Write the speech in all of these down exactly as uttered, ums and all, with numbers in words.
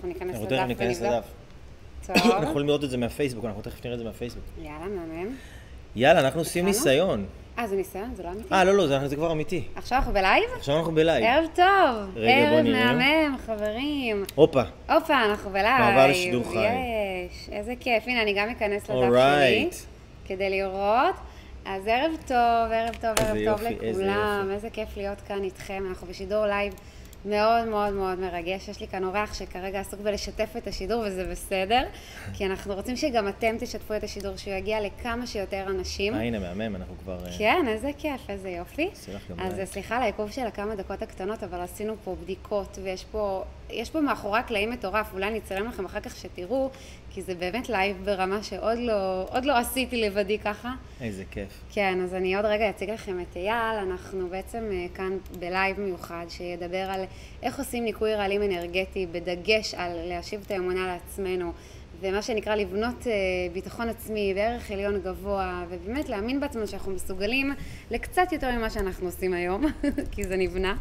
אנחנו ניכנס אנחנו לדף תכף ניכנס ונבדוק. לדף. טוב. אנחנו יכולים לראות את זה מהפייסבוק, אנחנו תכף נראה את זה מהפייסבוק. יאללה, מהמם. יאללה, אנחנו עושים התחלנו? ניסיון. אה, זה ניסיון? זה לא אמיתי? אה, לא, לא, זה זה כבר אמיתי. עכשיו אנחנו בלייב? עכשיו אנחנו בלייב. ערב טוב. רגע, בוא ערב נראה. מהמם, חברים. הופה. הופה, אנחנו בלייב. מעבר לשידור חי. יש, איזה כיף. הנה, אני גם אכנס לדף שלי. אורייט. כדי לראות. אז ערב טוב, ערב טוב, איזה ערב יופי, טוב איזה לכולם. יופי. איזה כיף להיות כאן איתכם. אנחנו בשידור לייב מאוד מאוד מאוד מרגש. יש לי כאן אורח שכרגע עסוק בלשתף את השידור, וזה בסדר, כי אנחנו רוצים שגם אתם תשתפו את השידור, שהוא יגיע לכמה שיותר אנשים. אה, הנה, מהמם, אנחנו כבר... אה, כן, איזה כיף, איזה יופי. עושה לך גם אז לייב. סליחה על העיכוב של הכמה דקות הקטנות, אבל עשינו פה בדיקות, ויש פה, יש פה מאחורי הקלעים מטורף. אולי אני אצלם לכם אחר כך שתראו, כי זה באמת לייב ברמה שעוד לא, עוד לא עשיתי לבדי ככה. איזה כיף. כן, אז אני עוד רגע אציג לכם את אייל. אנחנו בעצם אה, כאן בלייב מיוחד שידבר על איך עושים ניקוי רעלים אנרגטי, בדגש על להשיב את האמונה לעצמנו, ומה שנקרא לבנות אה, ביטחון עצמי בערך עליון גבוה, ובאמת להאמין בעצמנו שאנחנו מסוגלים לקצת יותר ממה שאנחנו עושים היום, כי זה נבנה.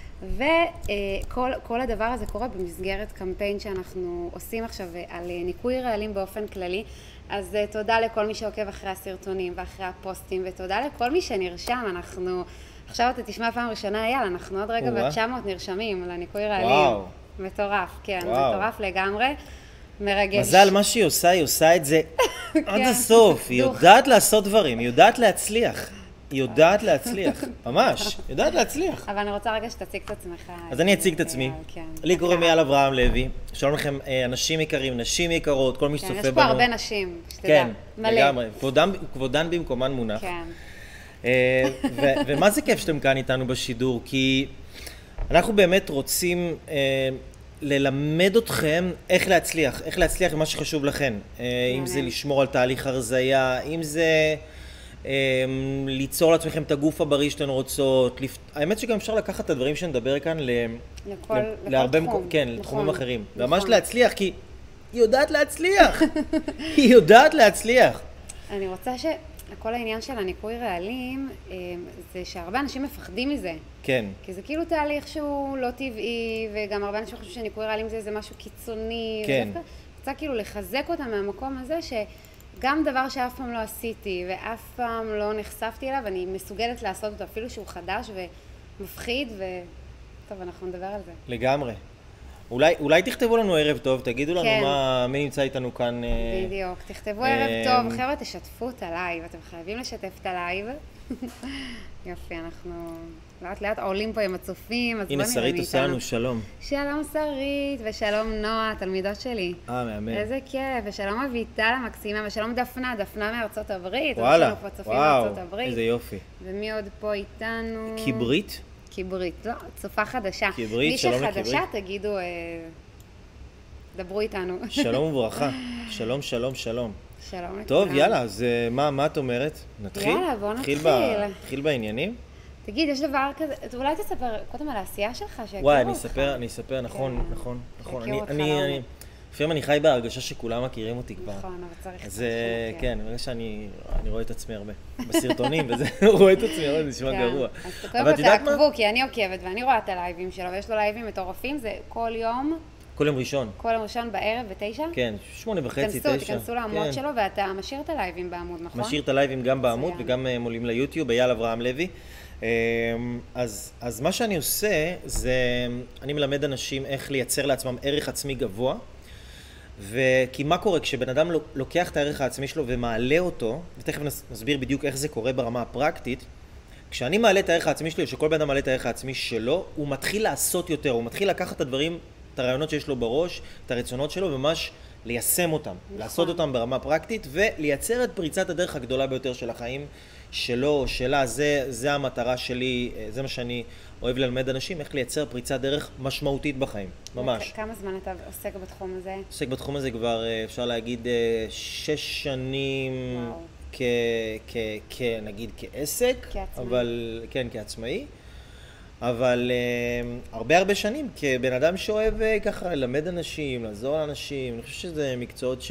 וכל כל הדבר הזה קורה במסגרת קמפיין שאנחנו עושים עכשיו על ניקוי רעלים באופן כללי. אז תודה לכל מי שעוקב אחרי הסרטונים ואחרי הפוסטים, ותודה לכל מי שנרשם. אנחנו, עכשיו אתה תשמע פעם ראשונה, אייל, אנחנו עוד רגע וואו. ב-תשע מאות נרשמים לניקוי רעלים. וואו. מטורף, כן, וואו. מטורף לגמרי. מרגש. מזל, מה שהיא עושה, היא עושה את זה עד כן. הסוף. היא דוך. יודעת לעשות דברים, היא יודעת להצליח. היא יודעת להצליח, ממש, היא יודעת להצליח. אבל אני רוצה רגע שתציג את עצמך. אז אני אציג את עצמי. אייל, כן. לי קוראים אייל אברהם לוי. שלום לכם, אה, אנשים יקרים, נשים יקרות, כל מי כן, שצופה יש בנו. פה הרבה נשים, שתדע. כן, מלא. לגמרי. כבודן- כבודן במקומן מונח. כן. אה, ו- ומה זה כיף שאתם כאן איתנו בשידור? כי אנחנו באמת רוצים אה, ללמד אתכם איך להצליח, איך להצליח במה שחשוב לכם. אה, אם זה מעניין. לשמור על תהליך הרזייה, אם זה אה, ליצור לעצמכם את הגוף הבריא שאתן רוצות. לפ- האמת שגם אפשר לקחת את הדברים שנדבר כאן ל- לכל, ל- לכל להרבה תחום. מקום- כן, נכון, לתחומים אחרים. נכון. ממש להצליח, כי היא יודעת להצליח. היא יודעת להצליח. אני רוצה שכל העניין של הניקוי רעלים, אה, זה שהרבה אנשים מפחדים מזה. כן. כי זה כאילו תהליך שהוא לא טבעי, וגם הרבה אנשים חושבים שניקוי רעלים זה איזה משהו קיצוני. כן. ודווקא רוצה כאילו לחזק אותם מהמקום הזה, שגם דבר שאף פעם לא עשיתי, ואף פעם לא נחשפתי אליו, אני מסוגלת לעשות אותו, אפילו שהוא חדש ומפחיד, ו... טוב, אנחנו נדבר על זה. לגמרי. אולי, אולי תכתבו לנו ערב טוב, תגידו לנו כן. מה, מי נמצא איתנו כאן. אה, בדיוק. תכתבו אה, ערב טוב. חבר'ה, תשתפו את הלייב. אתם חייבים לשתף את הלייב. יופי, אנחנו לאט לאט עולים פה עם הצופים. אז הנה, בוא נראה שרית מי עושה איתנו. לנו שלום. שלום שרית, ושלום נועה, תלמידות שלי. אה, מהמם. איזה כיף, ושלום אביטל המקסימה, ושלום דפנה, דפנה מארצות הברית. אז וואלה, יש לנו פה צופים וואו, מארצות הברית. איזה יופי. ומי עוד פה איתנו? קיברית? קיברית, לא, צופה חדשה. קיברית, שלום מי שחדשה, לקיברית. תגידו, אה, דברו איתנו. שלום וברכה. שלום, שלום, שלום. שלום לכולם. טוב, יאללה, אז אה, מה, מה את אומרת? נתחיל? יאללה, בוא נתחיל. ב- נתחיל. נתחיל בעניינים? תגיד, יש דבר כזה, אולי תספר קודם על העשייה שלך, שיכירו וואי, אני אותך. אספר, אני אספר, נכון, כן. נכון, נכון. שיכירו אני, אותך אני, לעומק. אני, לפעמים אני חי בהרגשה שכולם מכירים אותי כבר. נכון, אבל צריך... אז קצת אה, שמות, כן, ברגע שאני אני רואה את עצמי הרבה. בסרטונים וזה, רואה את עצמי הרבה, זה נשמע כן. גרוע. אז אבל קודם את כל יודעת מה? תעקבו, כי אני עוקבת ואני רואה את הלייבים שלו, ויש לו לייבים מטורפים, זה כל יום, כל יום ראשון. כל יום ראשון בערב בתשע? כן, שמונה וחצי, תכנסו, תשע. תיכנסו לעמוד כן. שלו, ואתה משאיר את הלייבים בעמוד, נכון? משאיר את הלייבים גם בעמוד מצוין. וגם אה, עולים ליוטיוב, אייל אברהם לוי. אה, אז, אז מה שאני עושה זה, אני מלמד אנשים איך לייצר לעצמם ערך עצמי גבוה, וכי מה קורה כשבן אדם לו- לוקח את הערך העצמי שלו ומעלה אותו, ותכף נס- נסביר בדיוק איך זה קורה ברמה הפרקטית, כשאני מעלה את הערך העצמי שלי, או שכל בן אדם מעלה את הערך העצמי שלו, הוא מתחיל לעשות יותר, הוא מתחיל לקחת את הדברים, את הרעיונות שיש לו בראש, את הרצונות שלו, וממש ליישם אותם, נכון. לעשות אותם ברמה פרקטית, ולייצר את פריצת הדרך הגדולה ביותר של החיים שלו או שלה. זה, זה המטרה שלי, זה מה שאני אוהב ללמד אנשים, איך לייצר פריצת דרך משמעותית בחיים, ממש. כמה זמן אתה עוסק בתחום הזה? עוסק בתחום הזה כבר, אה, אפשר להגיד, אה, שש שנים, וואו. כ, כ, כ, נגיד כעסק, כעצמאי. אבל, כן, כעצמאי, אבל אה, הרבה הרבה שנים כבן אדם שאוהב אה, ככה ללמד אנשים, לעזור לאנשים. אני חושב שזה מקצועות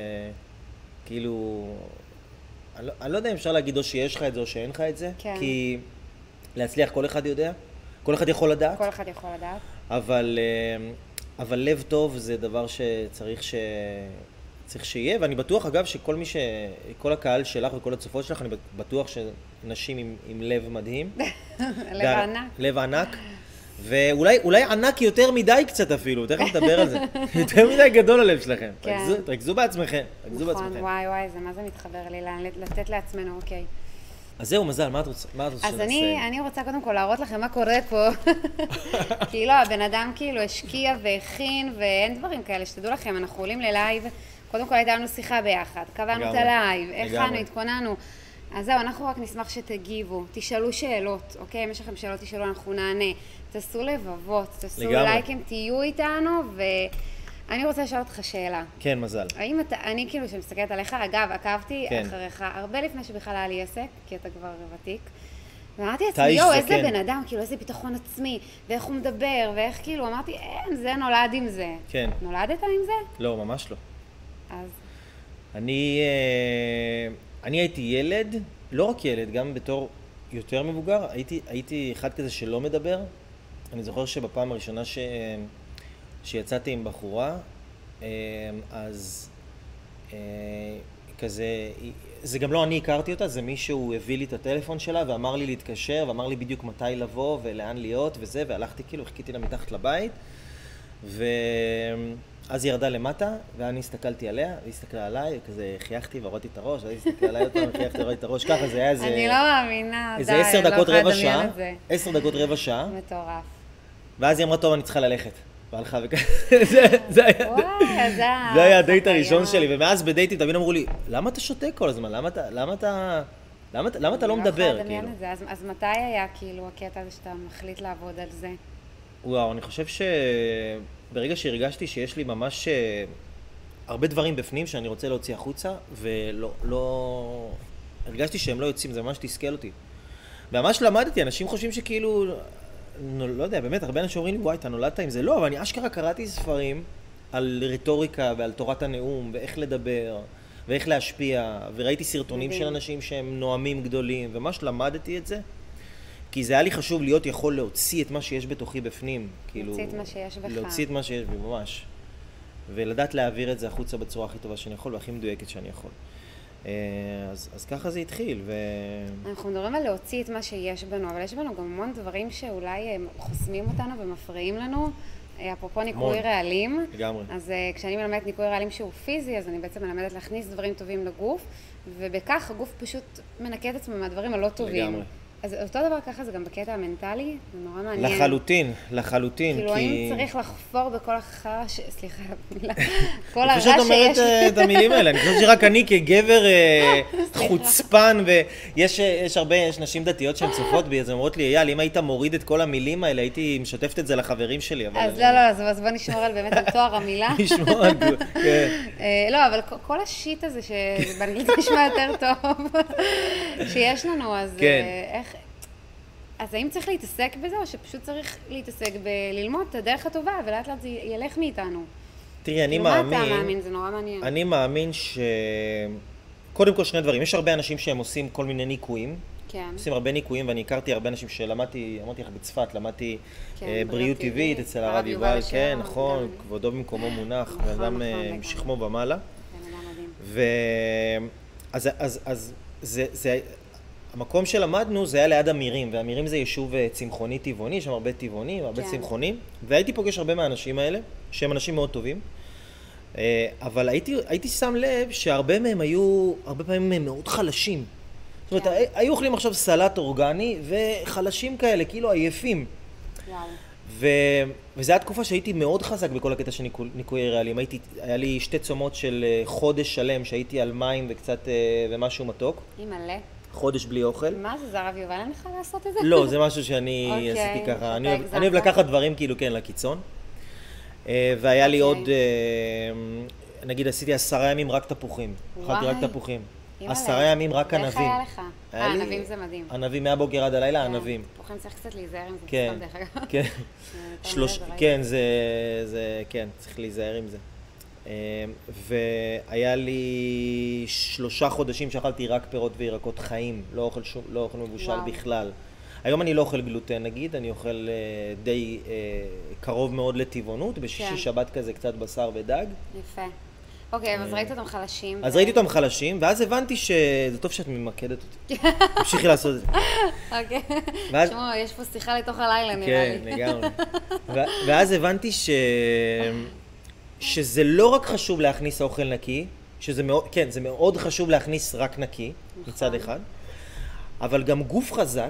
שכאילו, אני לא, אני לא יודע אם אפשר להגיד או שיש לך את זה או שאין לך את זה, כן. כי להצליח כל אחד יודע, כל אחד יכול לדעת. כל אחד יכול לדעת. אבל uh, אבל לב טוב זה דבר שצריך ש... צריך שיהיה, ואני בטוח אגב שכל מי ש... כל הקהל שלך וכל הצופות שלך, אני בטוח שנשים עם, עם לב מדהים. לב ענק. לב ענק. ואולי אולי ענק יותר מדי קצת אפילו, תכף נדבר על זה. יותר מדי גדול הלב שלכם. כן. תרכזו, תרכזו בעצמכם, תרכזו נכון, בעצמכם. וואי וואי, זה מה זה מתחבר לי, לתת לעצמנו, אוקיי. אז זהו, מזל, מה את רוצה, מה את רוצה אז אני, אני רוצה קודם כל להראות לכם מה קורה פה. כאילו, הבן אדם כאילו השקיע והכין, ואין דברים כאלה, שתדעו לכם, אנחנו עולים ללייב, קודם כל הייתה לנו שיחה ביחד, קבענו את הלייב, הכנו, התכוננו. אז זהו, אנחנו רק נשמח שתגיבו, תשאלו שאלות, אוקיי? אם יש לכם שאלות, תשאלו, אנחנו נענה. תעשו לבבות, תעשו לייקים, תהיו איתנו, ואני רוצה לשאול אותך שאלה. כן, מזל. האם אתה, אני כאילו שמסתכלת עליך, אגב, עקבתי כן. אחריך הרבה לפני שבכלל היה לי עסק, כי אתה כבר ותיק, ואמרתי לעצמי, יו, איזה כן. בן אדם, כאילו, איזה ביטחון עצמי, ואיך הוא מדבר, ואיך כאילו, אמרתי, אין, זה נולד עם זה. כן. נולדת עם זה? לא, ממש לא. אז? אני... אני הייתי ילד, לא רק ילד, גם בתור יותר מבוגר, הייתי, הייתי אחד כזה שלא מדבר. אני זוכר שבפעם הראשונה ש... שיצאתי עם בחורה, אז כזה, זה גם לא אני הכרתי אותה, זה מישהו הביא לי את הטלפון שלה ואמר לי להתקשר, ואמר לי בדיוק מתי לבוא ולאן להיות וזה, והלכתי כאילו, חיכיתי לה מתחת לבית, ו... אז היא ירדה למטה, ואני הסתכלתי עליה, היא הסתכלה עליי, כזה חייכתי והורדתי את הראש, אז היא הסתכלה עליי אותה, חייכתי והורדתי את הראש, ככה זה היה איזה... אני לא מאמינה, איזה עשר דקות רבע שעה, עשר דקות רבע שעה. מטורף. ואז היא אמרה, טוב, אני צריכה ללכת. והלכה וככה, זה היה... וואי, זה... זה היה הדייט הראשון שלי, ומאז בדייטים תמיד אמרו לי, למה אתה שותק כל הזמן? למה אתה... למה אתה... למה אתה לא מדבר, כאילו? אז מתי היה כאילו הקטע הזה שאתה מחליט לעבוד על זה? וואו, אני חושב שברגע שהרגשתי שיש לי ממש הרבה דברים בפנים שאני רוצה להוציא החוצה, ולא, לא... הרגשתי שהם לא יוצאים, זה ממש תסכל אותי. וממש למדתי, אנשים חושבים שכאילו, לא יודע, באמת, הרבה אנשים אומרים לי, וואי, אתה נולדת עם זה? לא, אבל אני אשכרה קראתי ספרים על רטוריקה ועל תורת הנאום, ואיך לדבר, ואיך להשפיע, וראיתי סרטונים של אנשים שהם נואמים גדולים, וממש למדתי את זה. כי זה היה לי חשוב להיות יכול להוציא את מה שיש בתוכי בפנים. להוציא את מה שיש בך. להוציא את מה שיש בי, ממש. ולדעת להעביר את זה החוצה בצורה הכי טובה שאני יכול, והכי מדויקת שאני יכול. אז, אז ככה זה התחיל. ו... אנחנו מדברים על להוציא את מה שיש בנו, אבל יש בנו גם המון דברים שאולי חוסמים אותנו ומפריעים לנו. אפרופו ניקוי רעלים. לגמרי. אז כשאני מלמדת ניקוי רעלים שהוא פיזי, אז אני בעצם מלמדת להכניס דברים טובים לגוף, ובכך הגוף פשוט מנקה את עצמו מהדברים הלא טובים. לגמרי. אז אותו דבר ככה זה גם בקטע המנטלי, זה נורא מעניין. לחלוטין, לחלוטין. כאילו, כי... האם צריך לחפור בכל החרא ש... סליחה, מילה. כל הרע שיש... אני חושבת אומרת את המילים האלה, אני חושבת שרק אני כגבר חוצפן, ויש הרבה, יש נשים דתיות שהן צופות בי, אז אומרות לי, אייל, אם היית מוריד את כל המילים האלה, הייתי משתפת את זה לחברים שלי, אבל... אז לא, לא, אז בוא נשמור על באמת על תואר המילה. נשמור על... כן. לא, אבל כל השיט הזה, שבאנגלית נשמע יותר טוב, שיש לנו, אז איך... אז האם צריך להתעסק בזה, או שפשוט צריך להתעסק בללמוד את הדרך הטובה, ולאט לאט זה ילך מאיתנו? תראי, אני מאמין... מה אתה מאמין? זה נורא מעניין. אני מאמין ש... קודם כל שני דברים. יש הרבה אנשים שהם עושים כל מיני ניקויים. כן. עושים הרבה ניקויים, ואני הכרתי הרבה אנשים שלמדתי, אמרתי לך בצפת, למדתי בריאות טבעית אצל הרב יובל, כן, נכון, כבודו במקומו מונח, ואדם שכמו ומעלה. ו... אז זה... המקום שלמדנו זה היה ליד אמירים, ואמירים זה יישוב צמחוני טבעוני, יש שם הרבה טבעונים, הרבה כן. צמחונים, והייתי פוגש הרבה מהאנשים האלה, שהם אנשים מאוד טובים, אבל הייתי, הייתי שם לב שהרבה מהם היו, הרבה פעמים הם מאוד חלשים. כן. זאת אומרת, היו אוכלים עכשיו סלט אורגני, וחלשים כאלה, כאילו עייפים. ו... וזה היה תקופה שהייתי מאוד חזק בכל הקטע של ניקו... ניקוי רעלים. הייתי, היה לי שתי צומות של חודש שלם, שהייתי על מים וקצת ומשהו מתוק. היא מלא. חודש בלי אוכל. מה זה, זה הרב יובל אין לך לעשות את זה? לא, זה משהו שאני עשיתי ככה. אני אוהב לקחת דברים כאילו, כן, לקיצון. והיה לי עוד, נגיד עשיתי עשרה ימים רק תפוחים. אכלתי רק תפוחים. עשרה ימים רק ענבים. איך היה לך? אה, ענבים זה מדהים. ענבים מהבוקר עד הלילה, ענבים. תפוחים צריך קצת להיזהר עם זה. כן, כן. כן, זה, כן, צריך להיזהר עם זה. והיה לי שלושה חודשים שאכלתי רק פירות וירקות חיים, לא אוכל שום, לא אוכל מבושל בכלל. היום אני לא אוכל גלוטן נגיד, אני אוכל אה, די אה, קרוב מאוד לטבעונות, בשישי כן. שבת כזה קצת בשר ודג. יפה. אוקיי, אז ראית אותם חלשים. אז ו- ראיתי אותם חלשים, ואז הבנתי שזה טוב שאת ממקדת אותי. תמשיכי לעשות את זה. אוקיי. ואז- תשמעו, יש פה שיחה לתוך הלילה נראה כן, לי. לגמרי. ו- ואז הבנתי ש... שזה לא רק חשוב להכניס אוכל נקי, שזה מאוד, כן, זה מאוד חשוב להכניס רק נקי, מצד אחד, אבל גם גוף חזק,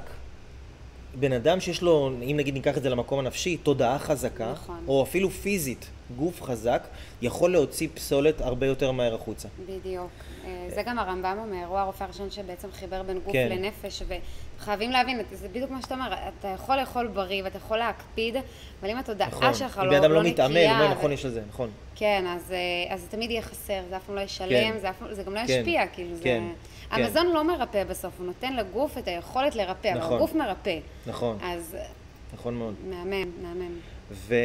בן אדם שיש לו, אם נגיד ניקח את זה למקום הנפשי, תודעה חזקה, נכון. או אפילו פיזית, גוף חזק, יכול להוציא פסולת הרבה יותר מהר החוצה. בדיוק. אה, זה גם הרמב"ם אומר, הוא הרופא הראשון שבעצם חיבר בין גוף כן. לנפש, וחייבים להבין, זה בדיוק מה שאתה אומר, אתה יכול לאכול בריא ואתה יכול להקפיד, אבל אם התודעה נכון. שלך אם לא בן אדם לא לא מתעמל, נקייה, הוא אומר, ו- נכון, יש לזה, נכון. כן, אז, אה, אז זה תמיד יהיה חסר, זה אף פעם לא ישלם, כן. זה, אף, פעם- זה גם לא כן. ישפיע, כאילו כן. זה... כן. המזון לא מרפא בסוף, הוא נותן לגוף את היכולת לרפא, אבל נכון. הגוף מרפא. נכון, אז נכון מאוד. מהמם, מהמם. ו...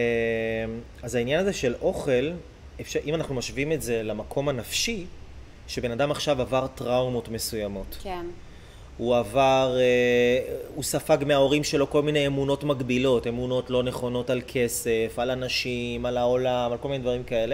אז העניין הזה של אוכל, אפשר, אם אנחנו משווים את זה למקום הנפשי, שבן אדם עכשיו עבר טראומות מסוימות. כן, הוא עבר, אה, הוא ספג מההורים שלו כל מיני אמונות מגבילות, אמונות לא נכונות על כסף, על אנשים, על העולם, על כל מיני דברים כאלה.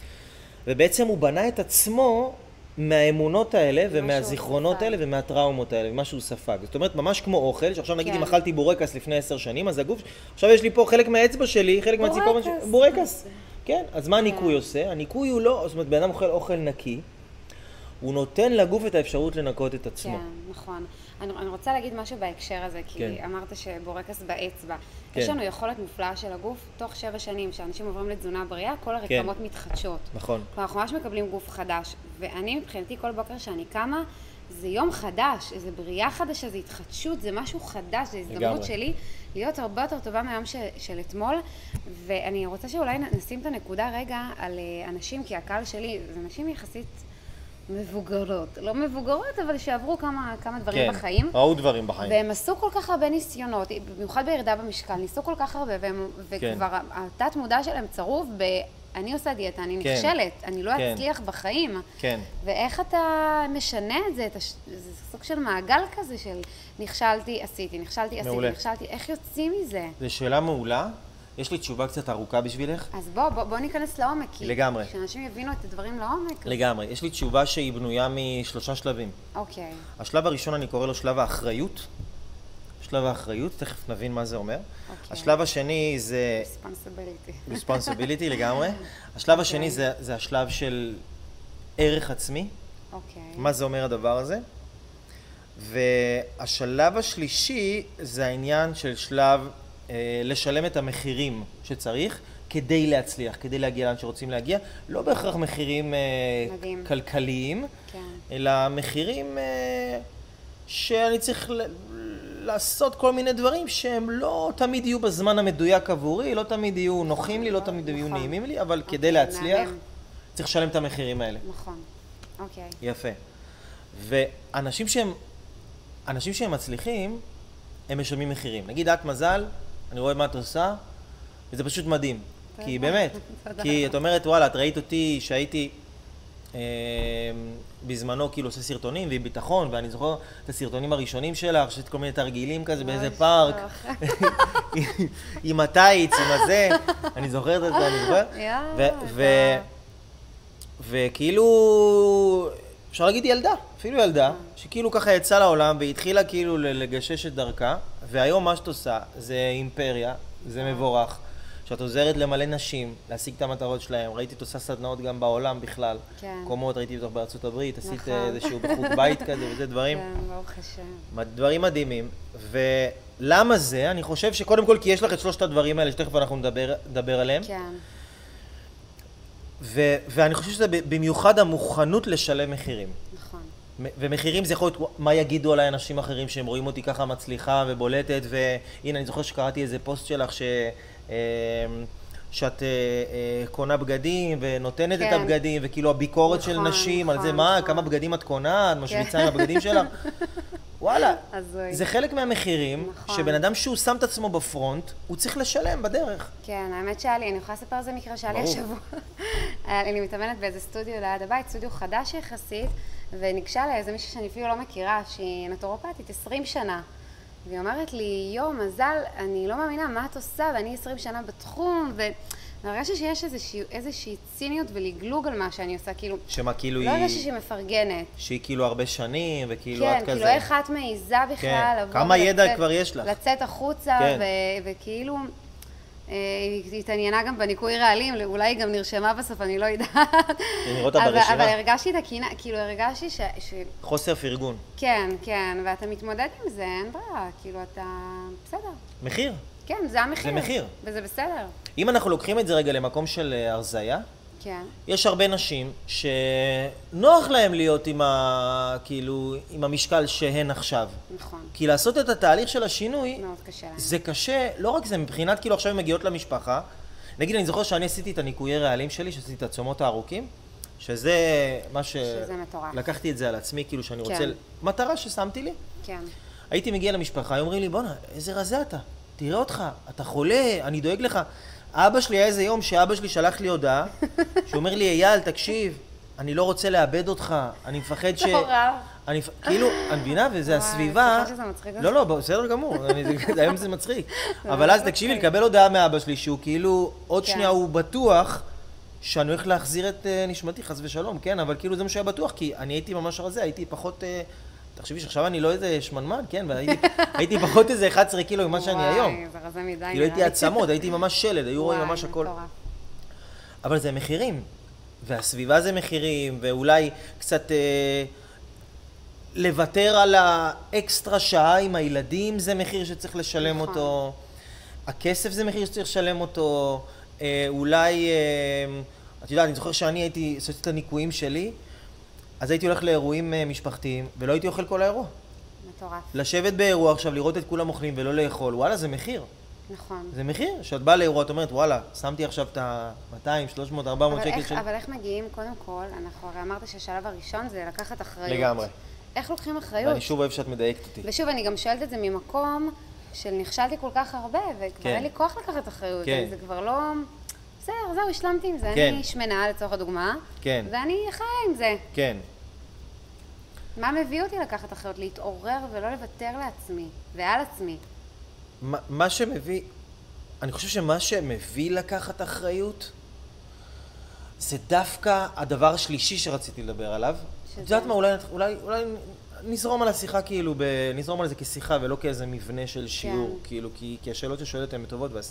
ובעצם הוא בנה את עצמו מהאמונות האלה ומהזיכרונות ספג. האלה ומהטראומות האלה, ממה שהוא ספג. זאת אומרת, ממש כמו אוכל, שעכשיו נגיד כן. אם אכלתי בורקס לפני עשר שנים, אז הגוף, עכשיו יש לי פה חלק מהאצבע שלי, חלק מהציפורן שלי, בורקס. בורקס. כן, אז מה הניקוי עושה? הניקוי הוא לא, זאת אומרת, בן אדם אוכל אוכל נקי, הוא נותן לגוף את האפשרות לנקות את עצמו. כן, נכון. אני, אני רוצה להגיד משהו בהקשר הזה, כי כן. אמרת שבורקס באצבע. כן. יש לנו יכולת מופלאה של הגוף, תוך שבע שנים שאנשים עוברים לתזונה בריאה, כל הרקמות מתחדשות. נכון. כלומר, אנחנו ממש מקבלים גוף חדש. ואני מבחינתי כל בוקר שאני קמה, זה יום חדש, זה בריאה חדשה, זה התחדשות, זה משהו חדש, זה הזדמנות לגמרי. שלי להיות הרבה יותר טובה מהיום ש, של אתמול. ואני רוצה שאולי נשים את הנקודה רגע על אה, אנשים, כי הקהל שלי זה אנשים יחסית מבוגרות. לא מבוגרות, אבל שעברו כמה, כמה דברים כן, בחיים. ראו דברים בחיים. והם עשו כל כך הרבה ניסיונות, במיוחד בירידה במשקל, ניסו כל כך הרבה, והם, כן. וכבר התת מודע שלהם צרוב ב... אני עושה דיאטה, אני כן. נכשלת, אני לא כן. אצליח בחיים. כן. ואיך אתה משנה את זה? את הש... זה סוג של מעגל כזה של נכשלתי, עשיתי, נכשלתי, עשיתי, מעולה. נכשלתי, איך יוצאים מזה? זו שאלה מעולה. יש לי תשובה קצת ארוכה בשבילך. אז בוא, בוא, בוא ניכנס לעומק, כי לגמרי. כשאנשים יבינו את הדברים לעומק, אז... לגמרי. יש לי תשובה שהיא בנויה משלושה שלבים. אוקיי, השלב הראשון אני קורא לו שלב האחריות. שלב האחריות, תכף נבין מה זה אומר. אוקיי. השלב השני זה responsibility. responsibility לגמרי. השלב השני זה, זה השלב של ערך עצמי. אוקיי. מה זה אומר הדבר הזה? והשלב השלישי זה העניין של שלב אה, לשלם את המחירים שצריך כדי להצליח, כדי להגיע לאן שרוצים להגיע. לא בהכרח מחירים אה, מדהים. כלכליים, כן. אלא מחירים אה, שאני צריך ל- לעשות כל מיני דברים שהם לא תמיד יהיו בזמן המדויק עבורי, לא תמיד יהיו נוחים לי, לא תמיד יהיו נכון. נעימים לי, אבל אוקיי, כדי להצליח מהמם. צריך לשלם את המחירים האלה. נכון, אוקיי. יפה. ואנשים שהם, אנשים שהם מצליחים, הם משלמים מחירים. נגיד, את מזל, אני רואה מה את עושה, וזה פשוט מדהים. כי באמת, תודה. כי את אומרת, וואלה, את ראית אותי שהייתי אה, בזמנו כאילו עושה סרטונים ועם ביטחון, ואני זוכר את הסרטונים הראשונים שלך, שעשית כל מיני תרגילים כזה באיזה ממש פארק, טוב. עם הטייץ, עם הזה, אני זוכרת את זה, אני זוכר. יאה, ו- ו- וכאילו, אפשר להגיד ילדה, אפילו ילדה, שכאילו ככה יצאה לעולם והתחילה כאילו לגשש את דרכה, והיום מה שאת עושה זה אימפריה, זה מבורך, שאת עוזרת למלא נשים, להשיג את המטרות שלהם. ראיתי את עושה סדנאות גם בעולם בכלל, כן. קומות, ראיתי אותך בארצות הברית, עשית נכון. איזשהו בחוג בית כזה וזה דברים, כן, ברוך השם. דברים מדהימים. ולמה זה? אני חושב שקודם כל כי יש לך את שלושת הדברים האלה שתכף אנחנו נדבר, נדבר עליהם. כן, ו- ואני חושב שזה ב- במיוחד המוכנות לשלם מחירים. נכון. מ- ומחירים זה יכול להיות מה יגידו עליי אנשים אחרים שהם רואים אותי ככה מצליחה ובולטת, והנה אני זוכר שקראתי איזה פוסט שלך ש... אה, שאת אה, אה, קונה בגדים ונותנת כן. את הבגדים, וכאילו הביקורת של נכון, נשים על זה, נכון, מה, נכון. כמה בגדים את קונה, את משוויצה עם הבגדים שלך. וואלה, הזוי. זה חלק מהמחירים, נכון. שבן אדם שהוא שם את עצמו בפרונט, הוא צריך לשלם בדרך. כן, האמת שהיה לי, אני יכולה לספר על זה מקרה שהיה לי ברור. השבוע. אני מתאמנת באיזה סטודיו ליד הבית, סטודיו חדש יחסית, וניגשה לה איזה מישהי שאני אפילו לא מכירה, שהיא נטורופטית, עשרים שנה. והיא אומרת לי, יו, מזל, אני לא מאמינה, מה את עושה? ואני עשרים שנה בתחום, והרגשתי שיש איזושהי, איזושהי ציניות ולגלוג על מה שאני עושה, כאילו... שמה, כאילו לא היא... הרגשתי שהיא מפרגנת. שהיא כאילו הרבה שנים, וכאילו כן, את כזה... כאילו איך את מעיזה בכלל, כן. לבוא כמה ידע ולצאת- כבר יש לך? לצאת החוצה, כן. ו- וכאילו... אה, היא התעניינה גם בניקוי רעלים, אולי היא גם נרשמה בסוף, אני לא יודעת. אני רואה אותה אבל- ברשימה. אבל הרגשתי את הקינה, כאילו הרגשתי ש... ש... חוסר פרגון. כן, כן, ואתה מתמודד עם זה, אין ברירה, כאילו אתה... בסדר. מחיר. כן, זה המחיר. זה מחיר. וזה בסדר. אם אנחנו לוקחים את זה רגע למקום של אה, הרזייה, כן. יש הרבה נשים שנוח להם להיות עם, ה... כאילו, עם המשקל שהן עכשיו. נכון. כי לעשות את התהליך של השינוי, מאוד קשה להם. זה קשה, לא רק זה, מבחינת כאילו עכשיו הן מגיעות למשפחה. נגיד, אני זוכר שאני עשיתי את הניקויי רעלים שלי, שעשיתי את הצומות הארוכים, שזה מה ש... שזה מטורף. לקחתי את זה על עצמי, כאילו שאני רוצה... כן. מטרה ששמתי לי. כן. הייתי מגיע למשפחה, היו אומרים לי, בואנה, איזה רזה אתה, תראה אותך, אתה חולה, אני דואג לך. אבא שלי היה איזה יום שאבא שלי שלח לי הודעה, שאומר לי, אייל, תקשיב, אני לא רוצה לאבד אותך, אני מפחד ש... נורא. אני, מפ- כאילו, אני מבינה, וזה וואי, הסביבה... סליחה שזה מצחיק אותך. לא, לא, בסדר גמור, אני- זה- היום זה מצחיק. זה אבל ממש אז תקשיבי, מצחיק. לקבל הודעה מאבא שלי, שהוא כאילו, עוד כן. שנייה הוא בטוח שאני הולך להחזיר את אה, נשמתי, חס ושלום, כן? אבל כאילו זה מה שהיה בטוח, כי אני הייתי ממש רזה, הייתי פחות... אה, תחשבי שעכשיו אני לא איזה שמנמן, כן? והייתי הייתי פחות איזה אחד עשרה קילו ממה שאני היום. וואי, זה רזה מדי. כאילו הייתי נראה לי. עצמות, הייתי ממש שלד, היו רואים וואי, ממש הכל. מטורף. אבל זה מחירים, והסביבה זה מחירים, ואולי קצת אה, לוותר על האקסטרה שעה עם הילדים זה מחיר שצריך לשלם נכון. אותו, הכסף זה מחיר שצריך לשלם אותו, אה, אולי, אה, את יודעת, אני זוכר שאני הייתי, עשיתי את הניקויים שלי, אז הייתי הולך לאירועים אה, משפחתיים, ולא הייתי אוכל כל האירוע. מטורף. לשבת באירוע עכשיו, לראות את כולם אוכלים ולא לאכול, וואלה, זה מחיר. נכון. זה מחיר, שאת באה לאירוע, את אומרת, וואלה, שמתי עכשיו את ה-מאתיים, שלוש מאות, ארבע מאות אבל שקל איך, של... אבל איך מגיעים, קודם כל, אנחנו הרי אמרת שהשלב הראשון זה לקחת אחריות. לגמרי. איך לוקחים אחריות? ואני שוב אוהב שאת מדייקת אותי. ושוב, אני גם שואלת את זה ממקום של נכשלתי כל כך הרבה, וכבר כן. אין לי כוח לקחת אחריות. כן. זה כבר לא... בסדר, זהו, השלמתי עם זה. כן. אני שמנה לצורך הדוגמה, כן, ואני חיה עם זה. כן. מה מביא אותי לקחת אחריות? להתעורר ולא לוותר לעצמי, ועל עצמי. מה- מה שמביא, אני חושב שמה שמביא לקחת אחריות, זה דווקא הדבר השלישי שרציתי לדבר עליו. שזה? את יודעת מה, אולי, אולי, אולי נזרום על השיחה כאילו, ב, נזרום על זה כשיחה ולא כאיזה מבנה של שיעור, כאילו, כי, כי השאלות ששואלת הן טובות. ואז,